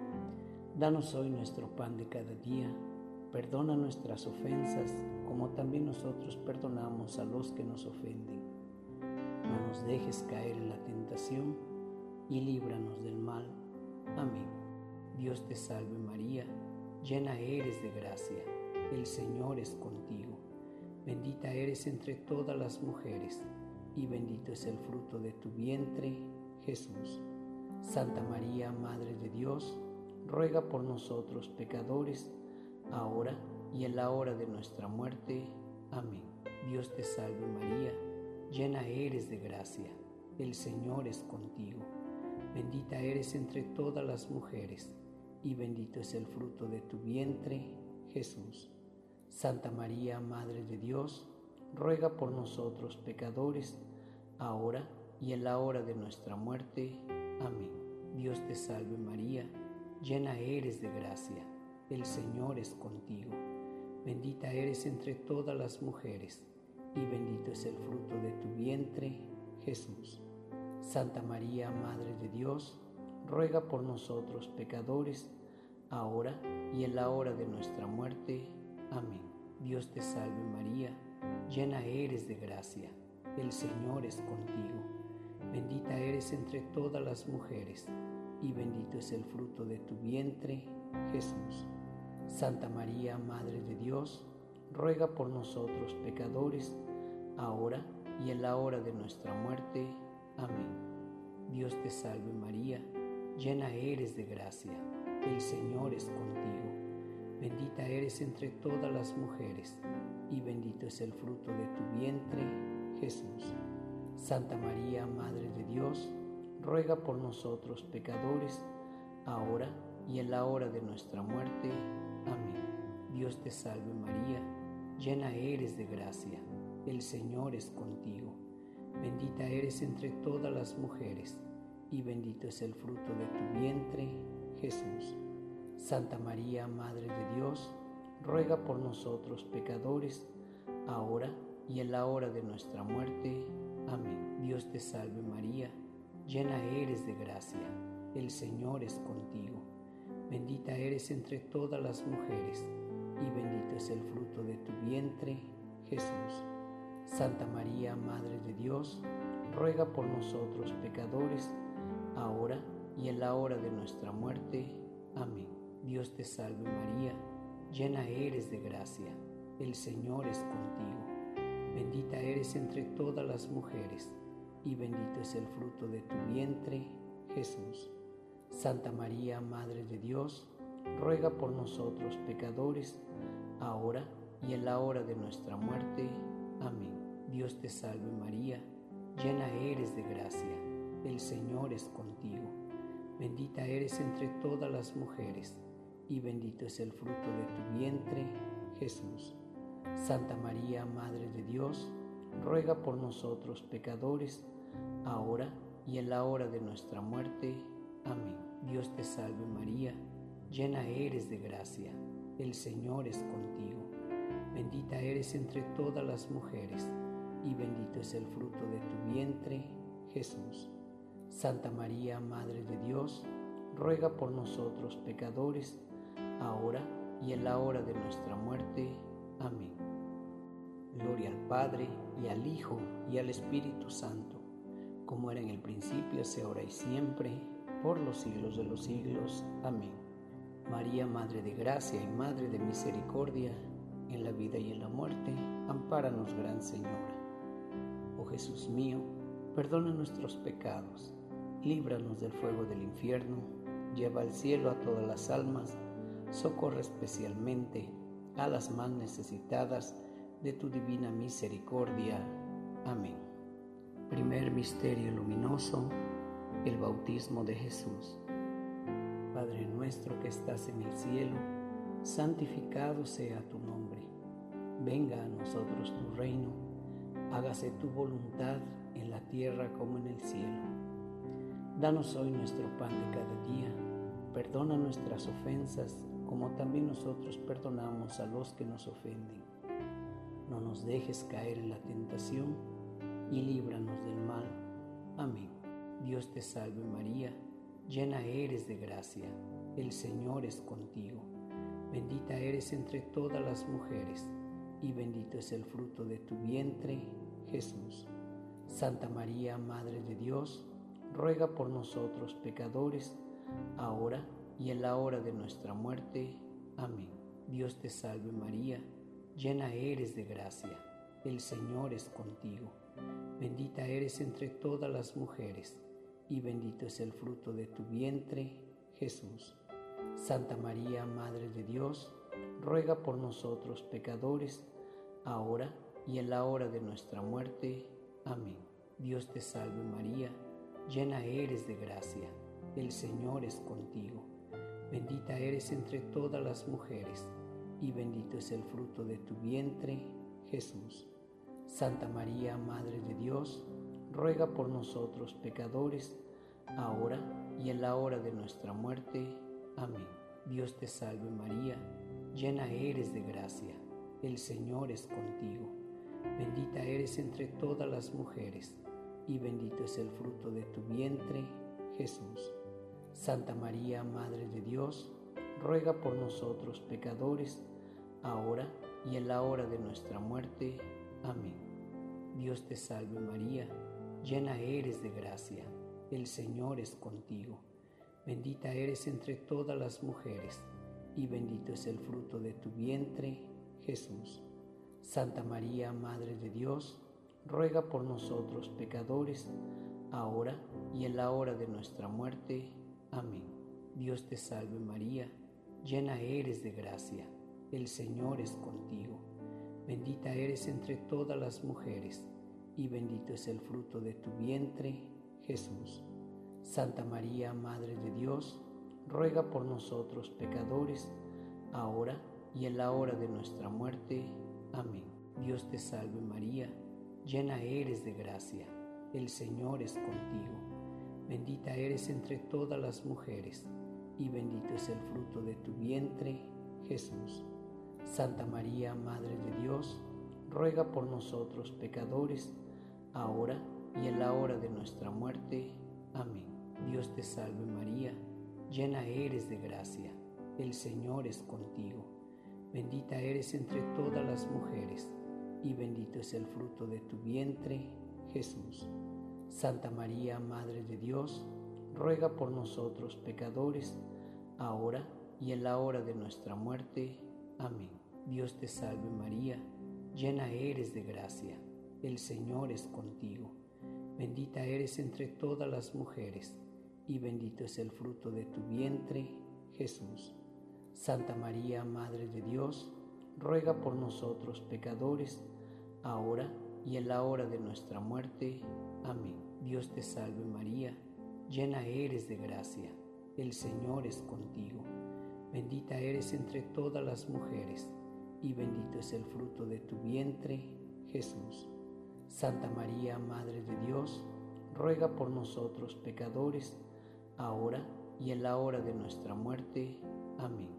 Danos hoy nuestro pan de cada día, perdona nuestras ofensas como también nosotros perdonamos a los que nos ofenden. No nos dejes caer en la tentación y líbranos del mal. Amén. Dios te salve María, llena eres de gracia, el Señor es contigo. Bendita eres entre todas las mujeres, y bendito es el fruto de tu vientre, Jesús. Santa María, Madre de Dios, ruega por nosotros pecadores, ahora y en la hora de nuestra muerte. Amén. Dios te salve María, llena eres de gracia, el Señor es contigo. Bendita eres entre todas las mujeres, y bendito es el fruto de tu vientre, Jesús. Santa María, Madre de Dios, ruega por nosotros pecadores, ahora y en la hora de nuestra muerte. Amén. Dios te salve María, llena eres de gracia, el Señor es contigo. Bendita eres entre todas las mujeres, y bendito es el fruto de tu vientre, Jesús. Santa María, Madre de Dios, ruega por nosotros pecadores, ahora y en la hora de nuestra muerte. Amén. Dios te salve María, llena eres de gracia, el Señor es contigo. Bendita eres entre todas las mujeres, y bendito es el fruto de tu vientre, Jesús. Santa María, Madre de Dios, ruega por nosotros pecadores, ahora y en la hora de nuestra muerte. Amén. Dios te salve María, llena eres de gracia, el Señor es contigo. Bendita eres entre todas las mujeres, y bendito es el fruto de tu vientre, Jesús. Santa María, Madre de Dios, ruega por nosotros pecadores, ahora y en la hora de nuestra muerte. Amén. Dios te salve María, llena eres de gracia, el Señor es contigo. Bendita eres entre todas las mujeres, y bendito es el fruto de tu vientre, Jesús. Santa María, Madre de Dios, ruega por nosotros pecadores, ahora y en la hora de nuestra muerte. Amén. Dios te salve María, llena eres de gracia, el Señor es contigo. Bendita eres entre todas las mujeres, y bendito es el fruto de tu vientre, Jesús. Santa María, Madre de Dios, ruega por nosotros pecadores, ahora y en la hora de nuestra muerte. Amén. Dios te salve María, llena eres de gracia, el Señor es contigo. Bendita eres entre todas las mujeres, y bendito es el fruto de tu vientre, Jesús. Santa María, Madre de Dios, ruega por nosotros pecadores, ahora y en la hora de nuestra muerte. Amén. Dios te salve María, llena eres de gracia, el Señor es contigo. Bendita eres entre todas las mujeres, y bendito es el fruto de tu vientre, Jesús. Santa María, Madre de Dios, ruega por nosotros pecadores, ahora y en la hora de nuestra muerte. Amén. Dios te salve María, llena eres de gracia, el Señor es contigo. Bendita eres entre todas las mujeres, y bendito es el fruto de tu vientre, Jesús. Santa María, Madre de Dios, ruega por nosotros pecadores, ahora y en la hora de nuestra muerte. Amén. Gloria al Padre, y al Hijo, y al Espíritu Santo, como era en el principio, sea ahora y siempre, por los siglos de los siglos. Amén. María, Madre de Gracia y Madre de Misericordia, en la vida y en la muerte, ampáranos, Gran Señora. Oh Jesús mío, perdona nuestros pecados, líbranos del fuego del infierno, lleva al cielo a todas las almas, socorre especialmente a las más necesitadas de tu divina misericordia. Amén. Primer misterio luminoso, el bautismo de Jesús. Padre nuestro que estás en el cielo, santificado sea tu nombre. Venga a nosotros tu reino, hágase tu voluntad en la tierra como en el cielo. Danos hoy nuestro pan de cada día, perdona nuestras ofensas como también nosotros perdonamos a los que nos ofenden. No nos dejes caer en la tentación y líbranos del mal. Amén. Dios te salve María, llena eres de gracia, el Señor es contigo. Bendita eres entre todas las mujeres, y bendito es el fruto de tu vientre, Jesús. Santa María, Madre de Dios, ruega por nosotros pecadores, ahora y en la hora de nuestra muerte. Amén. Dios te salve María, llena eres de gracia, el Señor es contigo. Bendita eres entre todas las mujeres, y bendito es el fruto de tu vientre, Jesús. Santa María, Madre de Dios, ruega por nosotros pecadores, ahora y en la hora de nuestra muerte. Amén. Dios te salve María, llena eres de gracia, el Señor es contigo. Bendita eres entre todas las mujeres, y bendito es el fruto de tu vientre, Jesús. Santa María, Madre de Dios, ruega por nosotros pecadores, ahora y en la hora de nuestra muerte. Amén. Dios te salve María, llena eres de gracia, el Señor es contigo. Bendita eres entre todas las mujeres, y bendito es el fruto de tu vientre, Jesús. Santa María, Madre de Dios, ruega por nosotros pecadores, ahora y en la hora de nuestra muerte. Amén. Dios te salve María, llena eres de gracia, el Señor es contigo. Bendita eres entre todas las mujeres, y bendito es el fruto de tu vientre, Jesús. Santa María, Madre de Dios, ruega por nosotros pecadores, ahora y en la hora de nuestra muerte. Amén. Dios te salve María, llena eres de gracia, el Señor es contigo. Bendita eres entre todas las mujeres, y bendito es el fruto de tu vientre, Jesús. Santa María, Madre de Dios, ruega por nosotros pecadores, ahora y en la hora de nuestra muerte. Amén. Dios te salve María, llena eres de gracia, el Señor es contigo. Bendita eres entre todas las mujeres, y bendito es el fruto de tu vientre, Jesús. Santa María, Madre de Dios, ruega por nosotros pecadores, ahora y en la hora de nuestra muerte. Amén. Dios te salve María, llena eres de gracia, el Señor es contigo. Bendita eres entre todas las mujeres, y bendito es el fruto de tu vientre, Jesús. Santa María, Madre de Dios, ruega por nosotros pecadores, ahora y en la hora de nuestra muerte. Amén. Dios te salve María, llena eres de gracia, el Señor es contigo. Bendita eres entre todas las mujeres, y bendito es el fruto de tu vientre, Jesús. Santa María, Madre de Dios, ruega por nosotros pecadores, ahora y en la hora de nuestra muerte. Amén. Dios te salve María, llena eres de gracia, el Señor es contigo. Bendita eres entre todas las mujeres, y bendito es el fruto de tu vientre, Jesús. Santa María, Madre de Dios, ruega por nosotros pecadores, ahora y en la hora de nuestra muerte. Amén.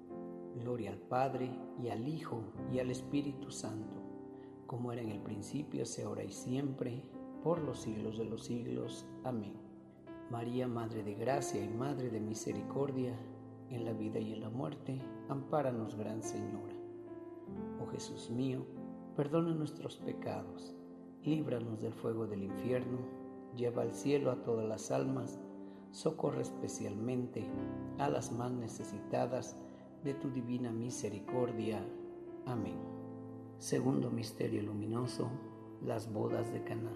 Gloria al Padre, y al Hijo, y al Espíritu Santo, como era en el principio, sea ahora y siempre, por los siglos de los siglos. Amén. María, Madre de Gracia y Madre de Misericordia, en la vida y en la muerte, ampáranos, Gran Señora. Oh Jesús mío, perdona nuestros pecados, líbranos del fuego del infierno, lleva al cielo a todas las almas, socorre especialmente a las más necesitadas de tu divina misericordia. Amén. Segundo misterio luminoso, las bodas de Caná.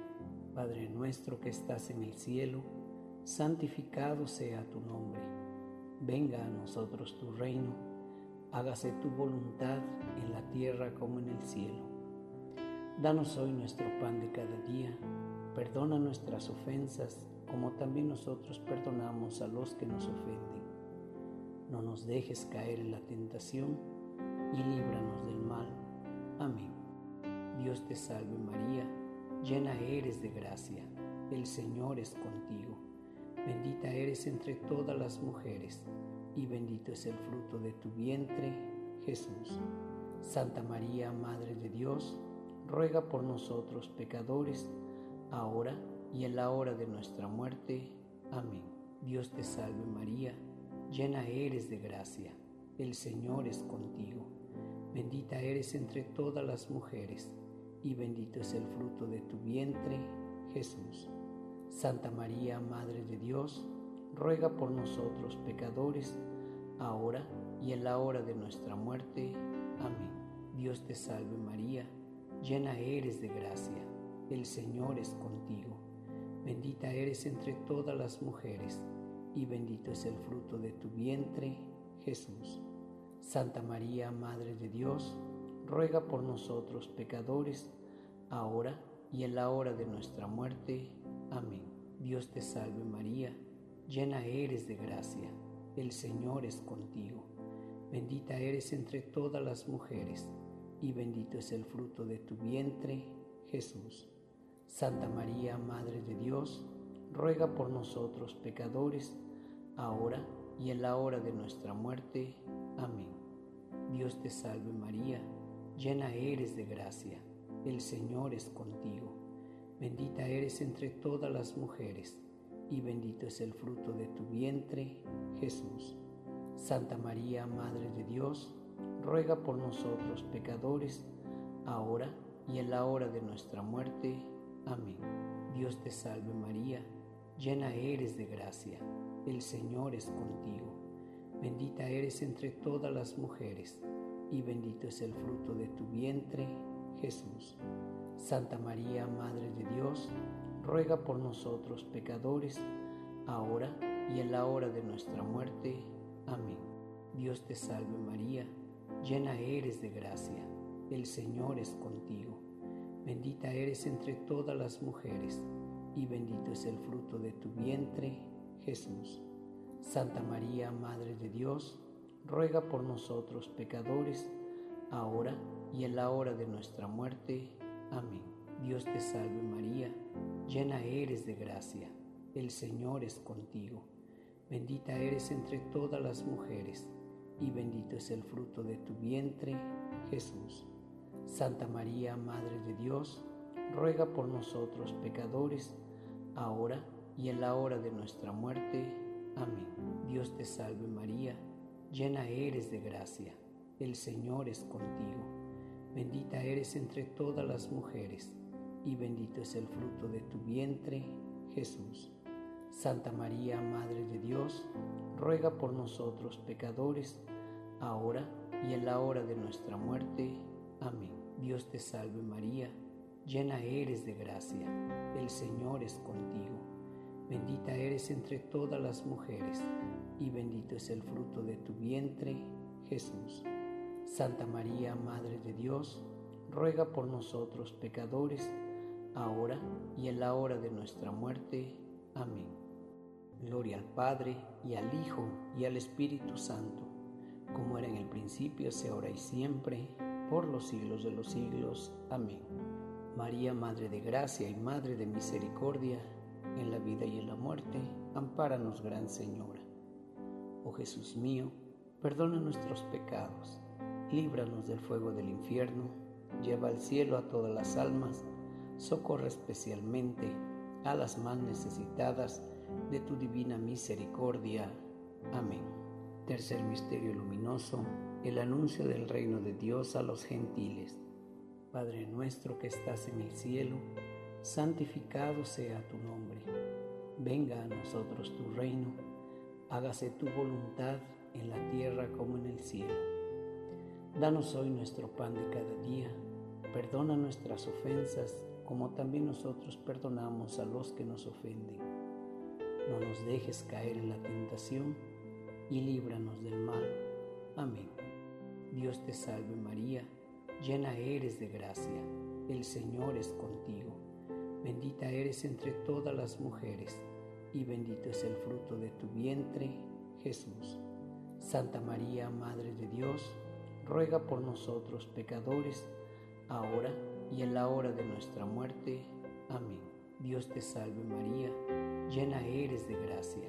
Padre nuestro que estás en el cielo, santificado sea tu nombre. Venga a nosotros tu reino, hágase tu voluntad en la tierra como en el cielo. Danos hoy nuestro pan de cada día, perdona nuestras ofensas, como también nosotros perdonamos a los que nos ofenden. No nos dejes caer en la tentación, y líbranos del mal. Amén. Dios te salve María, llena eres de gracia, el Señor es contigo. Bendita eres entre todas las mujeres, y bendito es el fruto de tu vientre, Jesús. Santa María, Madre de Dios, ruega por nosotros pecadores, ahora y en la hora de nuestra muerte. Amén. Dios te salve María, llena eres de gracia, el Señor es contigo. Bendita eres entre todas las mujeres, y bendito es el fruto de tu vientre, Jesús. Santa María, Madre de Dios, ruega por nosotros pecadores, ahora y en la hora de nuestra muerte. Amén. Dios te salve María, llena eres de gracia, el Señor es contigo. Bendita eres entre todas las mujeres, y bendito es el fruto de tu vientre, Jesús. Santa María, Madre de Dios, ruega por nosotros pecadores, ahora y en la hora de nuestra muerte. Amén. Dios te salve María, llena eres de gracia, el Señor es contigo. Bendita eres entre todas las mujeres, y bendito es el fruto de tu vientre, Jesús. Santa María, Madre de Dios, ruega por nosotros pecadores, ahora y en la hora de nuestra muerte. Amén. Dios te salve María, llena eres de gracia, el Señor es contigo. Bendita eres entre todas las mujeres, y bendito es el fruto de tu vientre, Jesús. Santa María, Madre de Dios, ruega por nosotros pecadores, ahora y en la hora de nuestra muerte. Amén. Dios te salve María, llena eres de gracia, el Señor es contigo. Bendita eres entre todas las mujeres, y bendito es el fruto de tu vientre, Jesús. Santa María, Madre de Dios, ruega por nosotros pecadores, ahora y en la hora de nuestra muerte. Amén. Dios te salve María, llena eres de gracia, el Señor es contigo. Bendita eres entre todas las mujeres, y bendito es el fruto de tu vientre, Jesús. Santa María, Madre de Dios, ruega por nosotros pecadores, ahora y en la hora de nuestra muerte. Amén. Dios te salve María, llena eres de gracia, el Señor es contigo. Bendita eres entre todas las mujeres, y bendito es el fruto de tu vientre, Jesús. Santa María, Madre de Dios, ruega por nosotros pecadores, ahora y en la hora de nuestra muerte. Amén. Dios te salve María, llena eres de gracia, el Señor es contigo. Bendita eres entre todas las mujeres, y bendito es el fruto de tu vientre, Jesús. Santa María, Madre de Dios, ruega por nosotros pecadores, ahora y en la hora de nuestra muerte. Amén. Dios te salve María, llena eres de gracia, el Señor es contigo. Bendita eres entre todas las mujeres, y bendito es el fruto de tu vientre, Jesús. Santa María, Madre de Dios, ruega por nosotros pecadores, ahora y en la hora de nuestra muerte. Amén. Gloria al Padre, y al Hijo, y al Espíritu Santo, como era en el principio, así ahora y siempre, por los siglos de los siglos. Amén. María, Madre de Gracia y Madre de Misericordia, en la vida y en la muerte, ampáranos, Gran Señora. Oh Jesús mío, perdona nuestros pecados, líbranos del fuego del infierno, lleva al cielo a todas las almas, socorre especialmente a las más necesitadas de tu divina misericordia. Amén. Tercer misterio luminoso, el anuncio del reino de Dios a los gentiles. Padre nuestro que estás en el cielo, santificado sea tu nombre. Venga a nosotros tu reino, hágase tu voluntad en la tierra como en el cielo. Danos hoy nuestro pan de cada día, perdona nuestras ofensas, como también nosotros perdonamos a los que nos ofenden. No nos dejes caer en la tentación, y líbranos del mal. Amén. Dios te salve María, llena eres de gracia, el Señor es contigo. Bendita eres entre todas las mujeres, y bendito es el fruto de tu vientre, Jesús. Santa María, Madre de Dios, ruega por nosotros pecadores, ahora y en la hora de nuestra muerte. Amén. Dios te salve María, llena eres de gracia,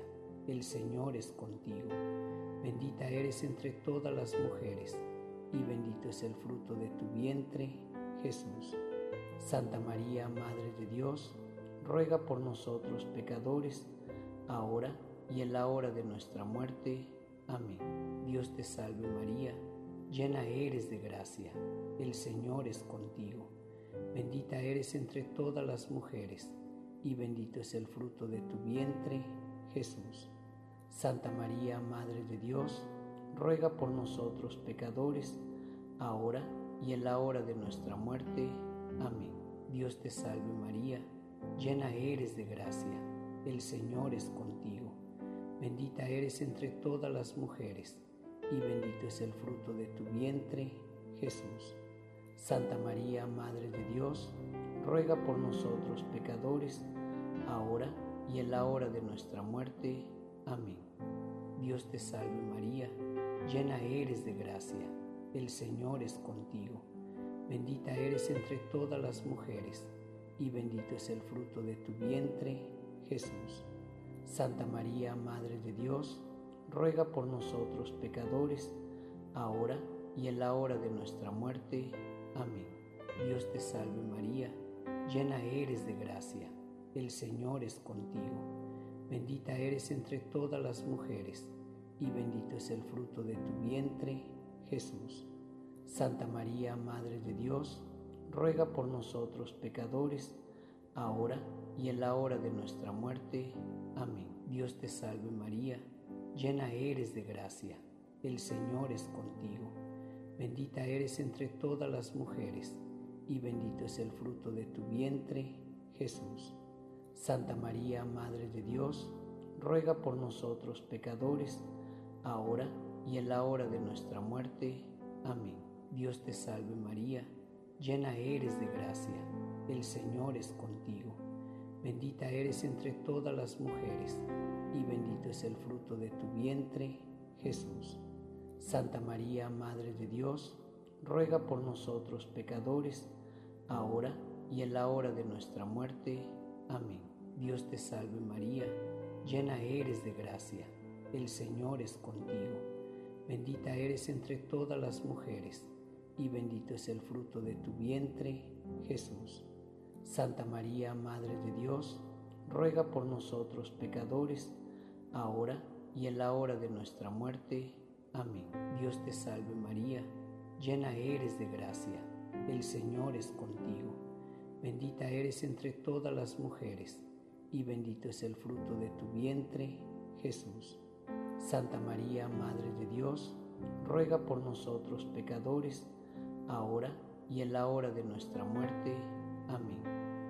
el Señor es contigo. Bendita eres entre todas las mujeres, y bendito es el fruto de tu vientre, Jesús. Santa María, Madre de Dios, ruega por nosotros pecadores, ahora y en la hora de nuestra muerte. Amén. Dios te salve María, llena eres de gracia, el Señor es contigo. Bendita eres entre todas las mujeres, y bendito es el fruto de tu vientre, Jesús. Santa María, Madre de Dios, ruega por nosotros pecadores, ahora y en la hora de nuestra muerte. Amén. Dios te salve María, llena eres de gracia, el Señor es contigo. Bendita eres entre todas las mujeres, y bendito es el fruto de tu vientre, Jesús. Santa María, Madre de Dios, ruega por nosotros pecadores, ahora y en la hora de nuestra muerte. Amén. Dios te salve María, llena eres de gracia, el Señor es contigo. Bendita eres entre todas las mujeres, y bendito es el fruto de tu vientre, Jesús. Santa María, Madre de Dios, ruega por nosotros pecadores, ahora y en la hora de nuestra muerte. Amén. Dios te salve María, llena eres de gracia, el Señor es contigo. Bendita eres entre todas las mujeres, y bendito es el fruto de tu vientre, Jesús. Santa María, Madre de Dios, ruega por nosotros pecadores, ahora y en la hora de nuestra muerte. Amén. Dios te salve María, llena eres de gracia, el Señor es contigo. Bendita eres entre todas las mujeres, y bendito es el fruto de tu vientre, Jesús. Santa María, Madre de Dios, ruega por nosotros pecadores, ahora y en la hora de nuestra muerte. Amén. Dios te salve María, llena eres de gracia, el Señor es contigo. Bendita eres entre todas las mujeres, y bendito es el fruto de tu vientre, Jesús. Santa María, Madre de Dios, ruega por nosotros pecadores, ahora y en la hora de nuestra muerte. Amén. Dios te salve María, llena eres de gracia, el Señor es contigo. Bendita eres entre todas las mujeres, y bendito es el fruto de tu vientre, Jesús. Santa María, Madre de Dios, ruega por nosotros pecadores, ahora y en la hora de nuestra muerte. Amén. Dios te salve María, llena eres de gracia, el Señor es contigo. Bendita eres entre todas las mujeres, y bendito es el fruto de tu vientre, Jesús. Santa María, Madre de Dios, ruega por nosotros pecadores, ahora y en la hora de nuestra muerte. Amén.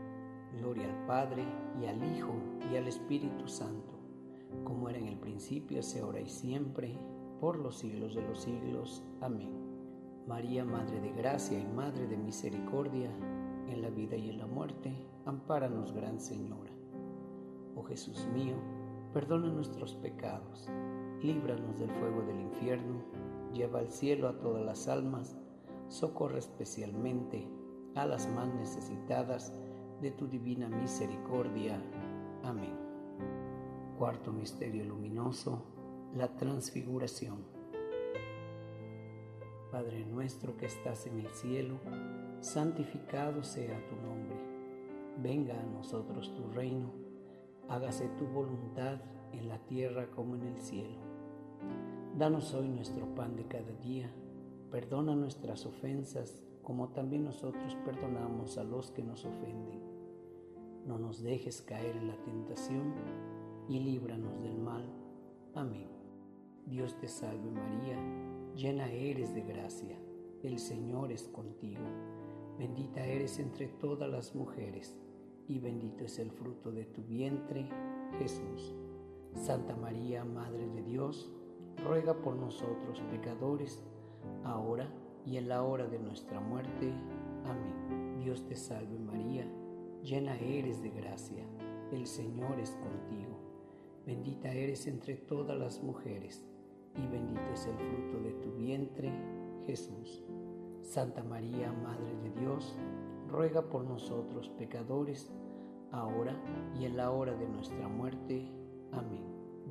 Gloria al Padre, y al Hijo, y al Espíritu Santo, como era en el principio, así ahora y siempre, por los siglos de los siglos. Amén. María, Madre de Gracia y Madre de Misericordia, en la vida y en la muerte, ampáranos, Gran Señora. Oh Jesús mío, perdona nuestros pecados, líbranos del fuego del infierno, lleva al cielo a todas las almas, socorre especialmente a las más necesitadas de tu divina misericordia. Amén. Cuarto misterio luminoso, la transfiguración. Padre nuestro que estás en el cielo, santificado sea tu nombre. Venga a nosotros tu reino, hágase tu voluntad en la tierra como en el cielo. Danos hoy nuestro pan de cada día, perdona nuestras ofensas como también nosotros perdonamos a los que nos ofenden. No nos dejes caer en la tentación y líbranos del mal. Amén. Dios te salve María, llena eres de gracia, el Señor es contigo. Bendita eres entre todas las mujeres, y bendito es el fruto de tu vientre, Jesús. Santa María, Madre de Dios, ruega por nosotros pecadores, ahora y en la hora de nuestra muerte. Amén. Dios te salve María, llena eres de gracia, el Señor es contigo. Bendita eres entre todas las mujeres, y bendito es el fruto de tu vientre, Jesús. Santa María, Madre de Dios, ruega por nosotros pecadores, ahora y en la hora de nuestra muerte. Amén.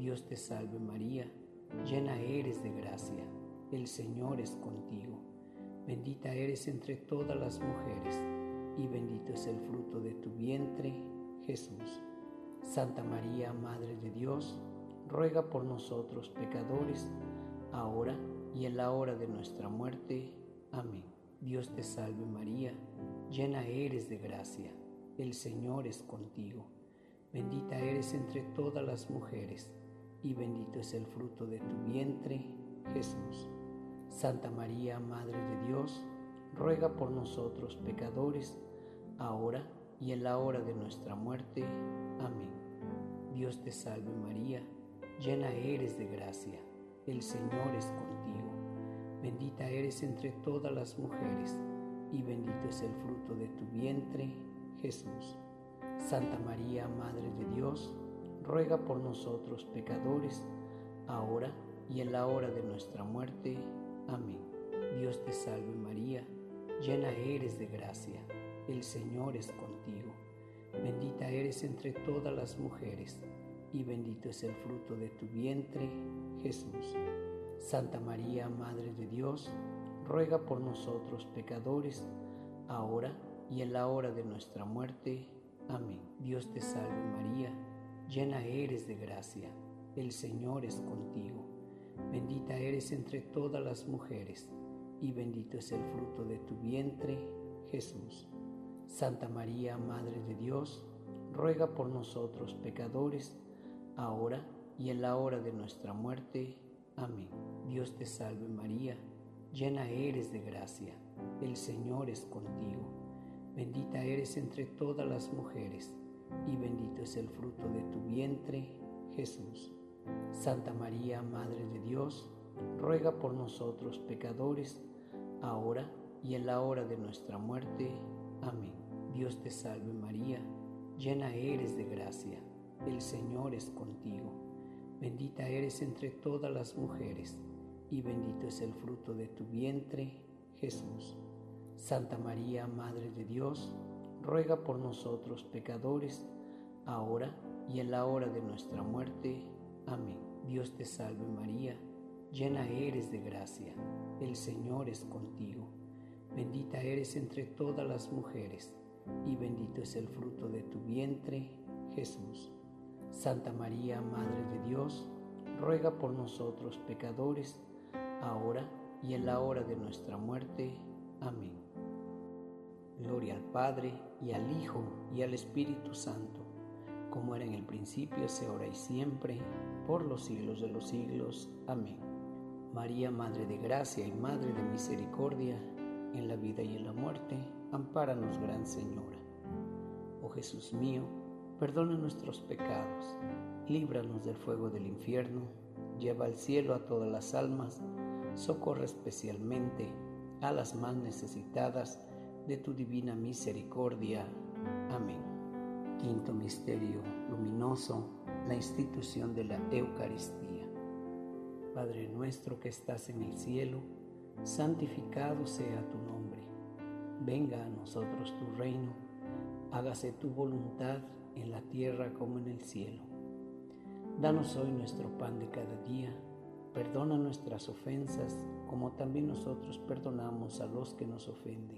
Dios te salve María, llena eres de gracia, el Señor es contigo. Bendita eres entre todas las mujeres, y bendito es el fruto de tu vientre, Jesús. Santa María, Madre de Dios, ruega por nosotros pecadores, ahora y en la hora de nuestra muerte. Amén. Dios te salve María, llena eres de gracia, el Señor es contigo. Bendita eres entre todas las mujeres, y bendito es el fruto de tu vientre, Jesús. Santa María, Madre de Dios, ruega por nosotros pecadores, ahora y en la hora de nuestra muerte. Amén. Dios te salve María, llena eres de gracia, el Señor es contigo. Bendita eres entre todas las mujeres, y bendito es el fruto de tu vientre, Jesús. Santa María, Madre de Dios, ruega por nosotros pecadores, ahora y en la hora de nuestra muerte. Amén. Dios te salve María, llena eres de gracia, el Señor es contigo. Bendita eres entre todas las mujeres, y bendito es el fruto de tu vientre, Jesús. Santa María, Madre de Dios, ruega por nosotros pecadores, ahora y en la hora de nuestra muerte. Amén. Dios te salve María, llena eres de gracia, el Señor es contigo. Bendita eres entre todas las mujeres, y bendito es el fruto de tu vientre, Jesús. Santa María, Madre de Dios, ruega por nosotros pecadores, ahora y en la hora de nuestra muerte. Amén. Dios te salve María, llena eres de gracia, el Señor es contigo. Bendita eres entre todas las mujeres, y bendito es el fruto de tu vientre, Jesús. Santa María, Madre de Dios, ruega por nosotros pecadores, ahora y en la hora de nuestra muerte. Amén. Dios te salve María, llena eres de gracia, el Señor es contigo. Bendita eres entre todas las mujeres, y bendito es el fruto de tu vientre, Jesús. Santa María, Madre de Dios, ruega por nosotros pecadores, ahora y en la hora de nuestra muerte. Amén. Dios te salve María, llena eres de gracia, el Señor es contigo. Bendita eres entre todas las mujeres, y bendito es el fruto de tu vientre, Jesús. Santa María, Madre de Dios, ruega por nosotros pecadores, ahora y en la hora de nuestra muerte. Amén. Gloria al Padre, y al Hijo, y al Espíritu Santo, como era en el principio, es ahora y siempre, por los siglos de los siglos. Amén. María, Madre de Gracia y Madre de Misericordia, en la vida y en la muerte, ampáranos, Gran Señora. Oh Jesús mío, perdona nuestros pecados, líbranos del fuego del infierno, lleva al cielo a todas las almas, socorre especialmente a las más necesitadas de tu divina misericordia. Amén. Quinto misterio luminoso, la institución de la Eucaristía. Padre nuestro que estás en el cielo, santificado sea tu nombre. Venga a nosotros tu reino, hágase tu voluntad en la tierra como en el cielo. Danos hoy nuestro pan de cada día, perdona nuestras ofensas como también nosotros perdonamos a los que nos ofenden.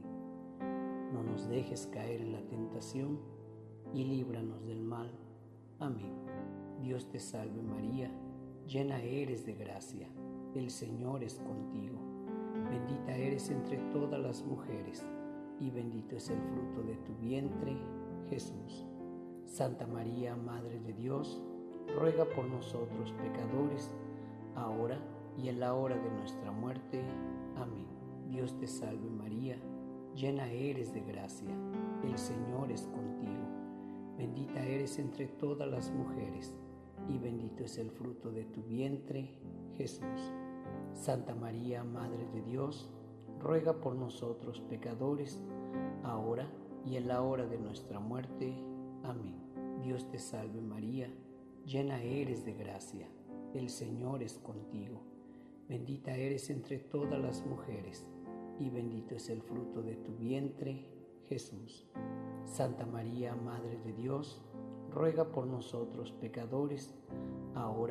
No nos dejes caer en la tentación y líbranos del mal. Amén. Dios te salve María, llena eres de gracia, el Señor es contigo. Bendita eres entre todas las mujeres, y bendito es el fruto de tu vientre, Jesús. Santa María, Madre de Dios, ruega por nosotros pecadores, ahora y en la hora de nuestra muerte. Amén. Dios te salve María, llena eres de gracia, el Señor es contigo. Bendita eres entre todas las mujeres, y bendito es el fruto de tu vientre, Jesús. Santa María, Madre de Dios, ruega por nosotros pecadores, ahora y en la hora de nuestra muerte. Amén. Dios te salve María, llena eres de gracia, el Señor es contigo. Bendita eres entre todas las mujeres, y bendito es el fruto de tu vientre, Jesús. Santa María, Madre de Dios, ruega por nosotros pecadores, ahora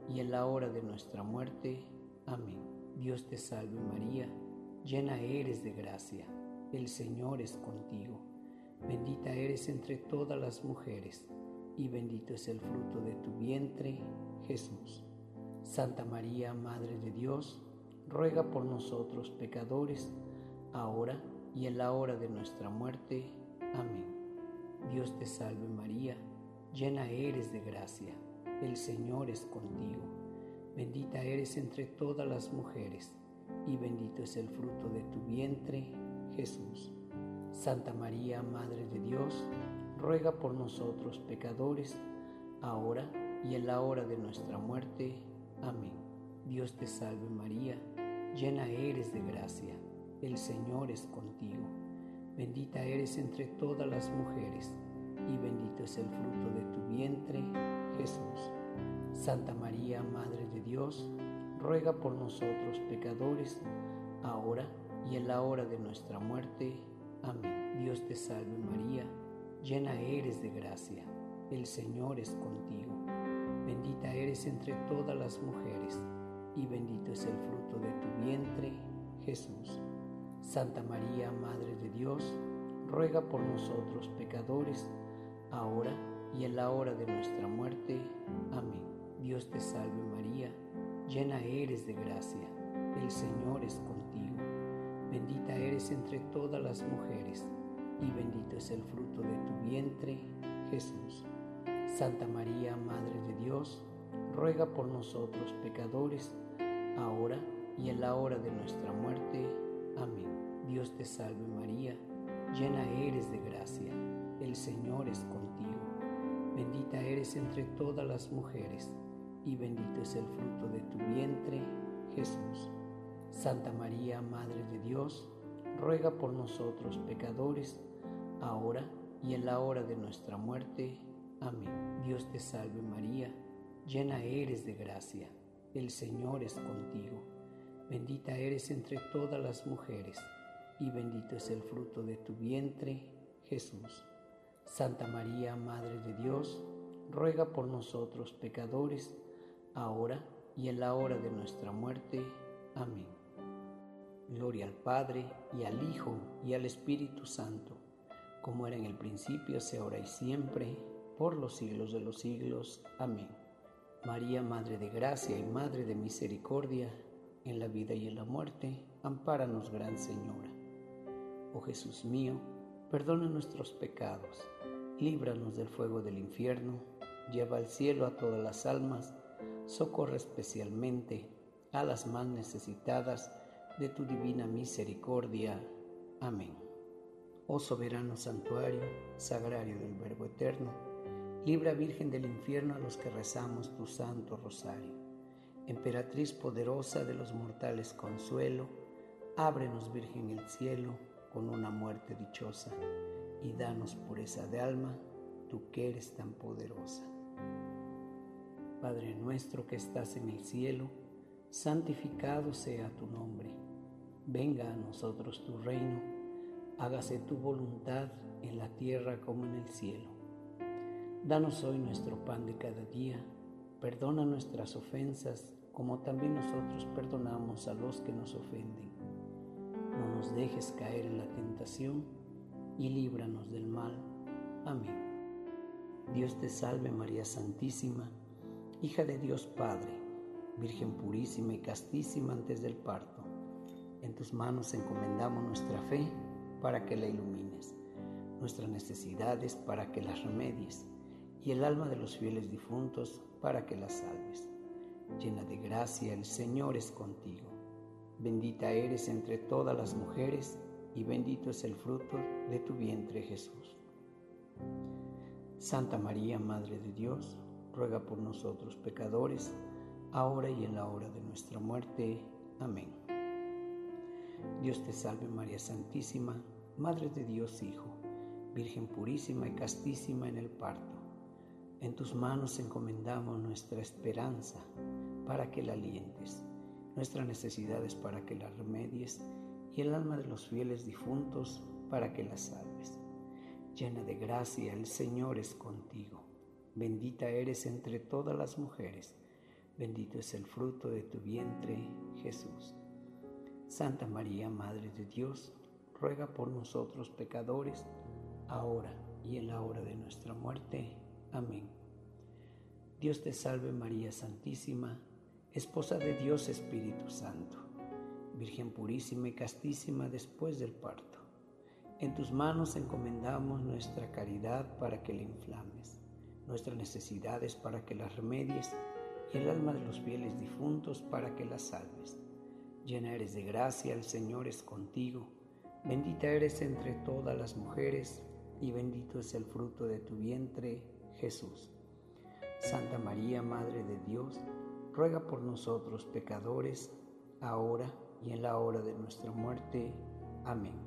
y en la hora de nuestra muerte. Amén. Dios te salve María, llena eres de gracia, el Señor es contigo. Bendita eres entre todas las mujeres, y bendito es el fruto de tu vientre, Jesús. Santa María, Madre de Dios, ruega por nosotros pecadores, ahora y en la hora de nuestra muerte. Amén. Dios te salve María, llena eres de gracia, el Señor es contigo. Bendita eres entre todas las mujeres, y bendito es el fruto de tu vientre, Jesús. Santa María, Madre de Dios, ruega por nosotros pecadores, ahora y en la hora de nuestra muerte. Amén. Dios te salve María, llena eres de gracia, el Señor es contigo. Bendita eres entre todas las mujeres, y bendito es el fruto de tu vientre, Jesús. Santa María, Madre de Dios, ruega por nosotros pecadores, ahora y en la hora de nuestra muerte. Amén. Dios te salve María, llena eres de gracia, el Señor es contigo. Bendita eres entre todas las mujeres, y bendito es el fruto de tu vientre, Jesús. Santa María, Madre de Dios, ruega por nosotros pecadores, ahora y en la hora de nuestra muerte. Amén. Dios te salve María, llena eres de gracia, el Señor es contigo. Bendita eres entre todas las mujeres, y bendito es el fruto de tu vientre, Jesús. Santa María, Madre de Dios, ruega por nosotros pecadores, ahora y en la hora de nuestra muerte. Amén. Dios te salve María, llena eres de gracia, el Señor es contigo. Bendita eres entre todas las mujeres, y bendito es el fruto de tu vientre, Jesús. Santa María, Madre de Dios, ruega por nosotros pecadores, ahora y en la hora de nuestra muerte. Amén. Dios te salve María, llena eres de gracia, el Señor es contigo. Bendita eres entre todas las mujeres, y bendito es el fruto de tu vientre, Jesús. Santa María, Madre de Dios, ruega por nosotros pecadores, ahora y en la hora de nuestra muerte. Amén. Gloria al Padre, y al Hijo, y al Espíritu Santo, como era en el principio, sea ahora y siempre, por los siglos de los siglos. Amén. María, Madre de Gracia y Madre de Misericordia, en la vida y en la muerte, ampáranos, Gran Señora. Oh Jesús mío, perdona nuestros pecados, líbranos del fuego del infierno, lleva al cielo a todas las almas, socorre especialmente a las más necesitadas de tu divina misericordia. Amén. Oh soberano santuario, sagrario del Verbo eterno, libra, Virgen del infierno, a los que rezamos tu santo rosario. Emperatriz poderosa de los mortales consuelo, ábrenos, Virgen, el cielo con una muerte dichosa, y danos pureza de alma, tú que eres tan poderosa. Padre nuestro que estás en el cielo, santificado sea tu nombre. Venga a nosotros tu reino, hágase tu voluntad en la tierra como en el cielo. Danos hoy nuestro pan de cada día, perdona nuestras ofensas, como también nosotros perdonamos a los que nos ofenden. No nos dejes caer en la tentación, y líbranos del mal. Amén. Dios te salve María Santísima, hija de Dios Padre, Virgen purísima y castísima antes del parto. En tus manos encomendamos nuestra fe para que la ilumines, nuestras necesidades para que las remedies, y el alma de los fieles difuntos para que las salves. Llena de gracia, el Señor es contigo. Bendita eres entre todas las mujeres, y bendito es el fruto de tu vientre, Jesús. Santa María, Madre de Dios, ruega por nosotros pecadores, ahora y en la hora de nuestra muerte. Amén. Dios te salve María Santísima, Madre de Dios Hijo, Virgen purísima y castísima en el parto. En tus manos encomendamos nuestra esperanza para que la alientes, nuestras necesidades para que las remedies, y el alma de los fieles difuntos para que las salves. Llena de gracia, el Señor es contigo. Bendita eres entre todas las mujeres, Bendito es el fruto de tu vientre, Jesús. Santa María, Madre de Dios, ruega por nosotros pecadores, ahora y en la hora de nuestra muerte. Amén. Dios te salve María Santísima, Esposa de Dios Espíritu Santo, Virgen purísima y castísima después del parto. En tus manos encomendamos nuestra caridad para que la inflames, nuestras necesidades para que las remedies y el alma de los fieles difuntos para que las salves. Llena eres de gracia, el Señor es contigo. Bendita eres entre todas las mujeres y bendito es el fruto de tu vientre, Jesús. Santa María, Madre de Dios, ruega por nosotros pecadores, ahora y en la hora de nuestra muerte. Amén.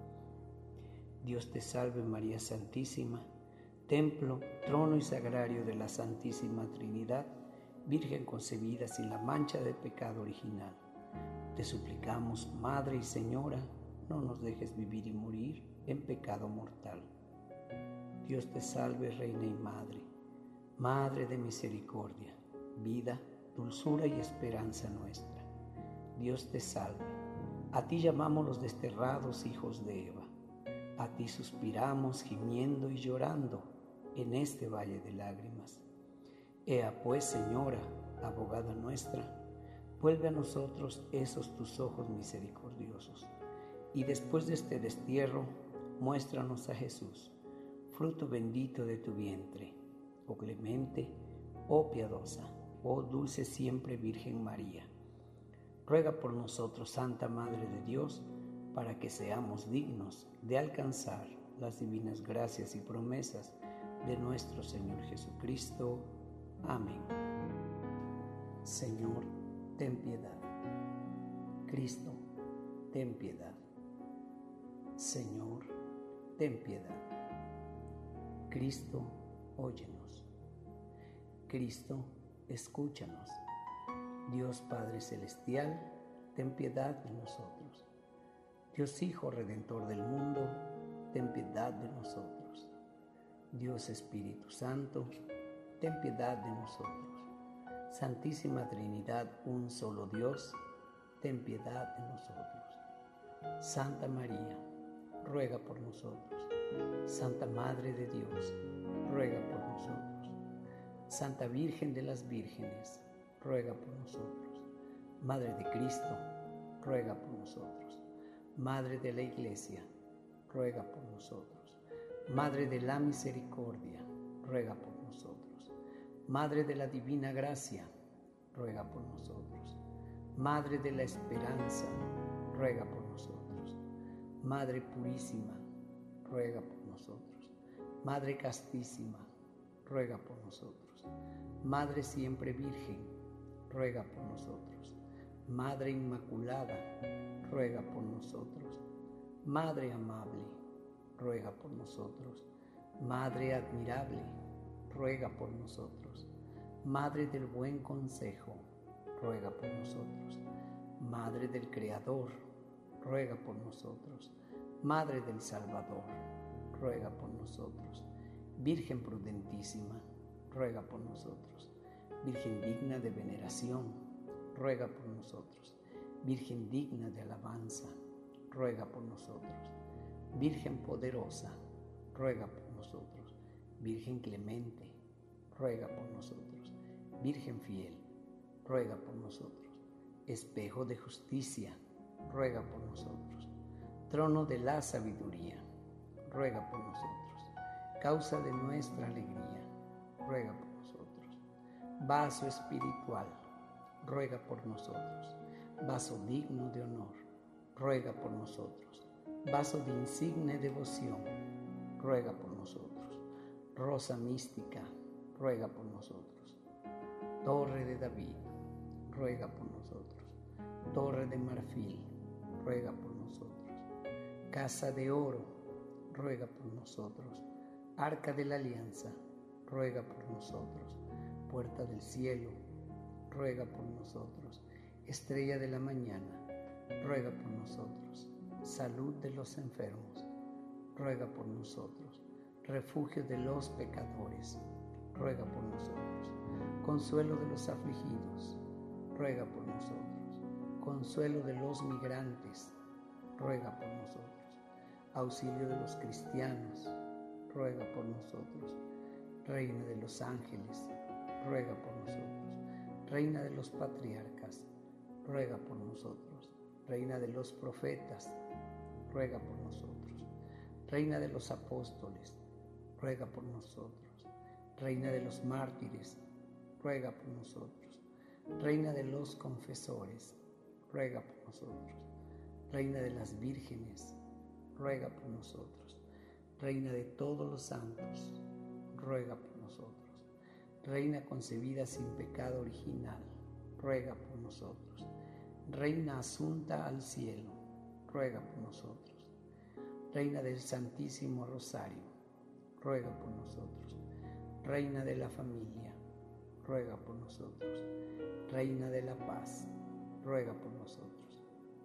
Dios te salve María Santísima, templo, trono y sagrario de la Santísima Trinidad, Virgen concebida sin la mancha de pecado original. Te suplicamos, Madre y Señora, no nos dejes vivir y morir en pecado mortal. Dios te salve, Reina y Madre, Madre de misericordia, vida, dulzura y esperanza nuestra. Dios te salve. A ti llamamos los desterrados hijos de Eva. A ti suspiramos gimiendo y llorando en este valle de lágrimas. Ea pues, Señora, abogada nuestra, vuelve a nosotros esos tus ojos misericordiosos, y después de este destierro, muéstranos a Jesús, fruto bendito de tu vientre, oh clemente, oh piadosa, oh dulce siempre Virgen María. Ruega por nosotros, Santa Madre de Dios, para que seamos dignos de alcanzar las divinas gracias y promesas de nuestro Señor Jesucristo. Amén. Señor, ten piedad. Cristo, ten piedad. Señor, ten piedad. Cristo, óyenos. Cristo, escúchanos. Dios Padre Celestial, ten piedad de nosotros. Dios Hijo Redentor del mundo, ten piedad de nosotros. Dios Espíritu Santo, ten piedad de nosotros. Santísima Trinidad, un solo Dios, ten piedad de nosotros. Santa María, ruega por nosotros. Santa Madre de Dios, ruega por nosotros. Santa Virgen de las Vírgenes, ruega por nosotros. Madre de Cristo, ruega por nosotros. Madre de la Iglesia, ruega por nosotros. Madre de la Misericordia, ruega por nosotros. Madre de la Divina Gracia, ruega por nosotros. Madre de la Esperanza, ruega por nosotros. Madre Purísima, ruega por nosotros. Madre Castísima, ruega por nosotros. Madre Siempre Virgen, ruega por nosotros. Madre Inmaculada, ruega por nosotros. Madre Amable, ruega por nosotros. Madre Admirable, ruega por nosotros. Madre del Buen Consejo, ruega por nosotros. Madre del Creador, ruega por nosotros. Madre del Salvador, ruega por nosotros. Virgen prudentísima, ruega por nosotros. Virgen digna de veneración, ruega por nosotros. Virgen digna de alabanza, ruega por nosotros. Virgen poderosa, ruega por nosotros. Virgen clemente, ruega por nosotros. Virgen fiel, ruega por nosotros. Espejo de justicia, ruega por nosotros. Trono de la sabiduría, ruega por nosotros. Causa de nuestra alegría, ruega por nosotros. Vaso espiritual, ruega por nosotros. Vaso digno de honor, ruega por nosotros. Vaso de insigne devoción, ruega por nosotros. Rosa mística, ruega por nosotros. Torre de David, ruega por nosotros. Torre de marfil, ruega por nosotros. Casa de oro, ruega por nosotros. Arca de la alianza, ruega por nosotros. Puerta del cielo, ruega por nosotros. Estrella de la mañana, ruega por nosotros. Salud de los enfermos, ruega por nosotros. Refugio de los pecadores, ruega por nosotros. Consuelo de los afligidos, ruega por nosotros. Consuelo de los migrantes, ruega por nosotros. Auxilio de los cristianos, ruega por nosotros. Reina de los ángeles, ruega por nosotros. Reina de los patriarcas, ruega por nosotros. Reina de los profetas, ruega por nosotros. Reina de los apóstoles, ruega por nosotros. Reina de los mártires, ruega por nosotros. Reina de los confesores, ruega por nosotros. Reina de las vírgenes, ruega por nosotros. Reina de todos los santos, ruega por nosotros. Reina concebida sin pecado original, ruega por nosotros. Reina asunta al cielo, ruega por nosotros. Reina del Santísimo Rosario, ruega por nosotros. Reina de la familia, ruega por nosotros. Reina de la paz, ruega por nosotros.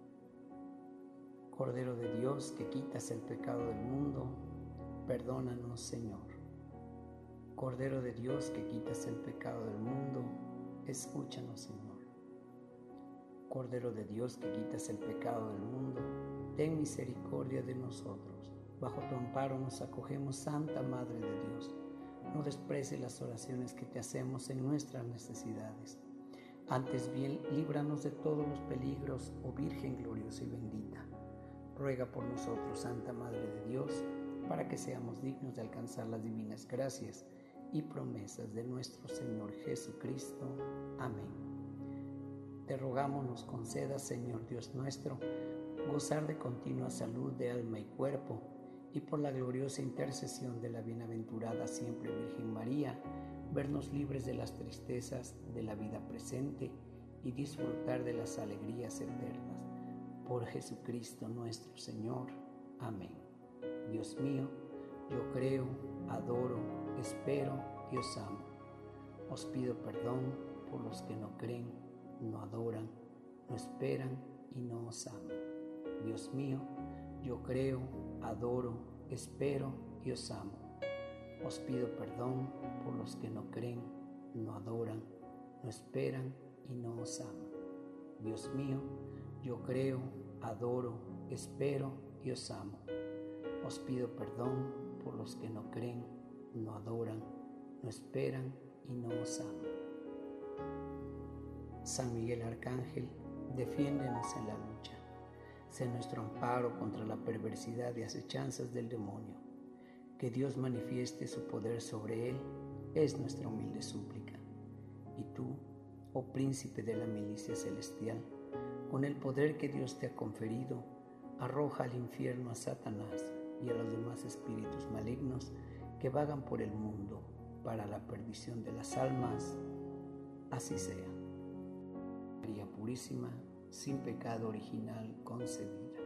Cordero de Dios, que quitas el pecado del mundo, perdónanos, Señor. Cordero de Dios, que quitas el pecado del mundo, escúchanos, Señor. Cordero de Dios, que quitas el pecado del mundo, ten misericordia de nosotros. Bajo tu amparo nos acogemos, Santa Madre de Dios. No desprecies las oraciones que te hacemos en nuestras necesidades. Antes bien, líbranos de todos los peligros, oh Virgen gloriosa y bendita. Ruega por nosotros, Santa Madre de Dios, para que seamos dignos de alcanzar las divinas gracias y promesas de nuestro Señor Jesucristo. Amén. Te rogamos nos concedas, Señor Dios nuestro, gozar de continua salud de alma y cuerpo, y por la gloriosa intercesión de la bienaventurada siempre Virgen María, vernos libres de las tristezas de la vida presente y disfrutar de las alegrías eternas. Por Jesucristo nuestro Señor. Amén. Dios mío, yo creo, adoro, espero y os amo. Os pido perdón por los que no creen, no adoran, no esperan y no os aman. Dios mío, yo creo, adoro, espero y os amo. Os pido perdón por los que no creen, no adoran, no esperan y no os aman. Dios mío, yo creo, adoro, espero y os amo. Os pido perdón por los que no creen, no adoran, no esperan y no os aman. San Miguel Arcángel, defiéndenos en la lucha. Sé nuestro amparo contra la perversidad y acechanzas del demonio. Que Dios manifieste su poder sobre él es nuestra humilde súplica. Y tú, oh príncipe de la milicia celestial, con el poder que Dios te ha conferido, arroja al infierno a Satanás y a los demás espíritus malignos que vagan por el mundo para la perdición de las almas. Así sea. María Purísima, sin pecado original concebida.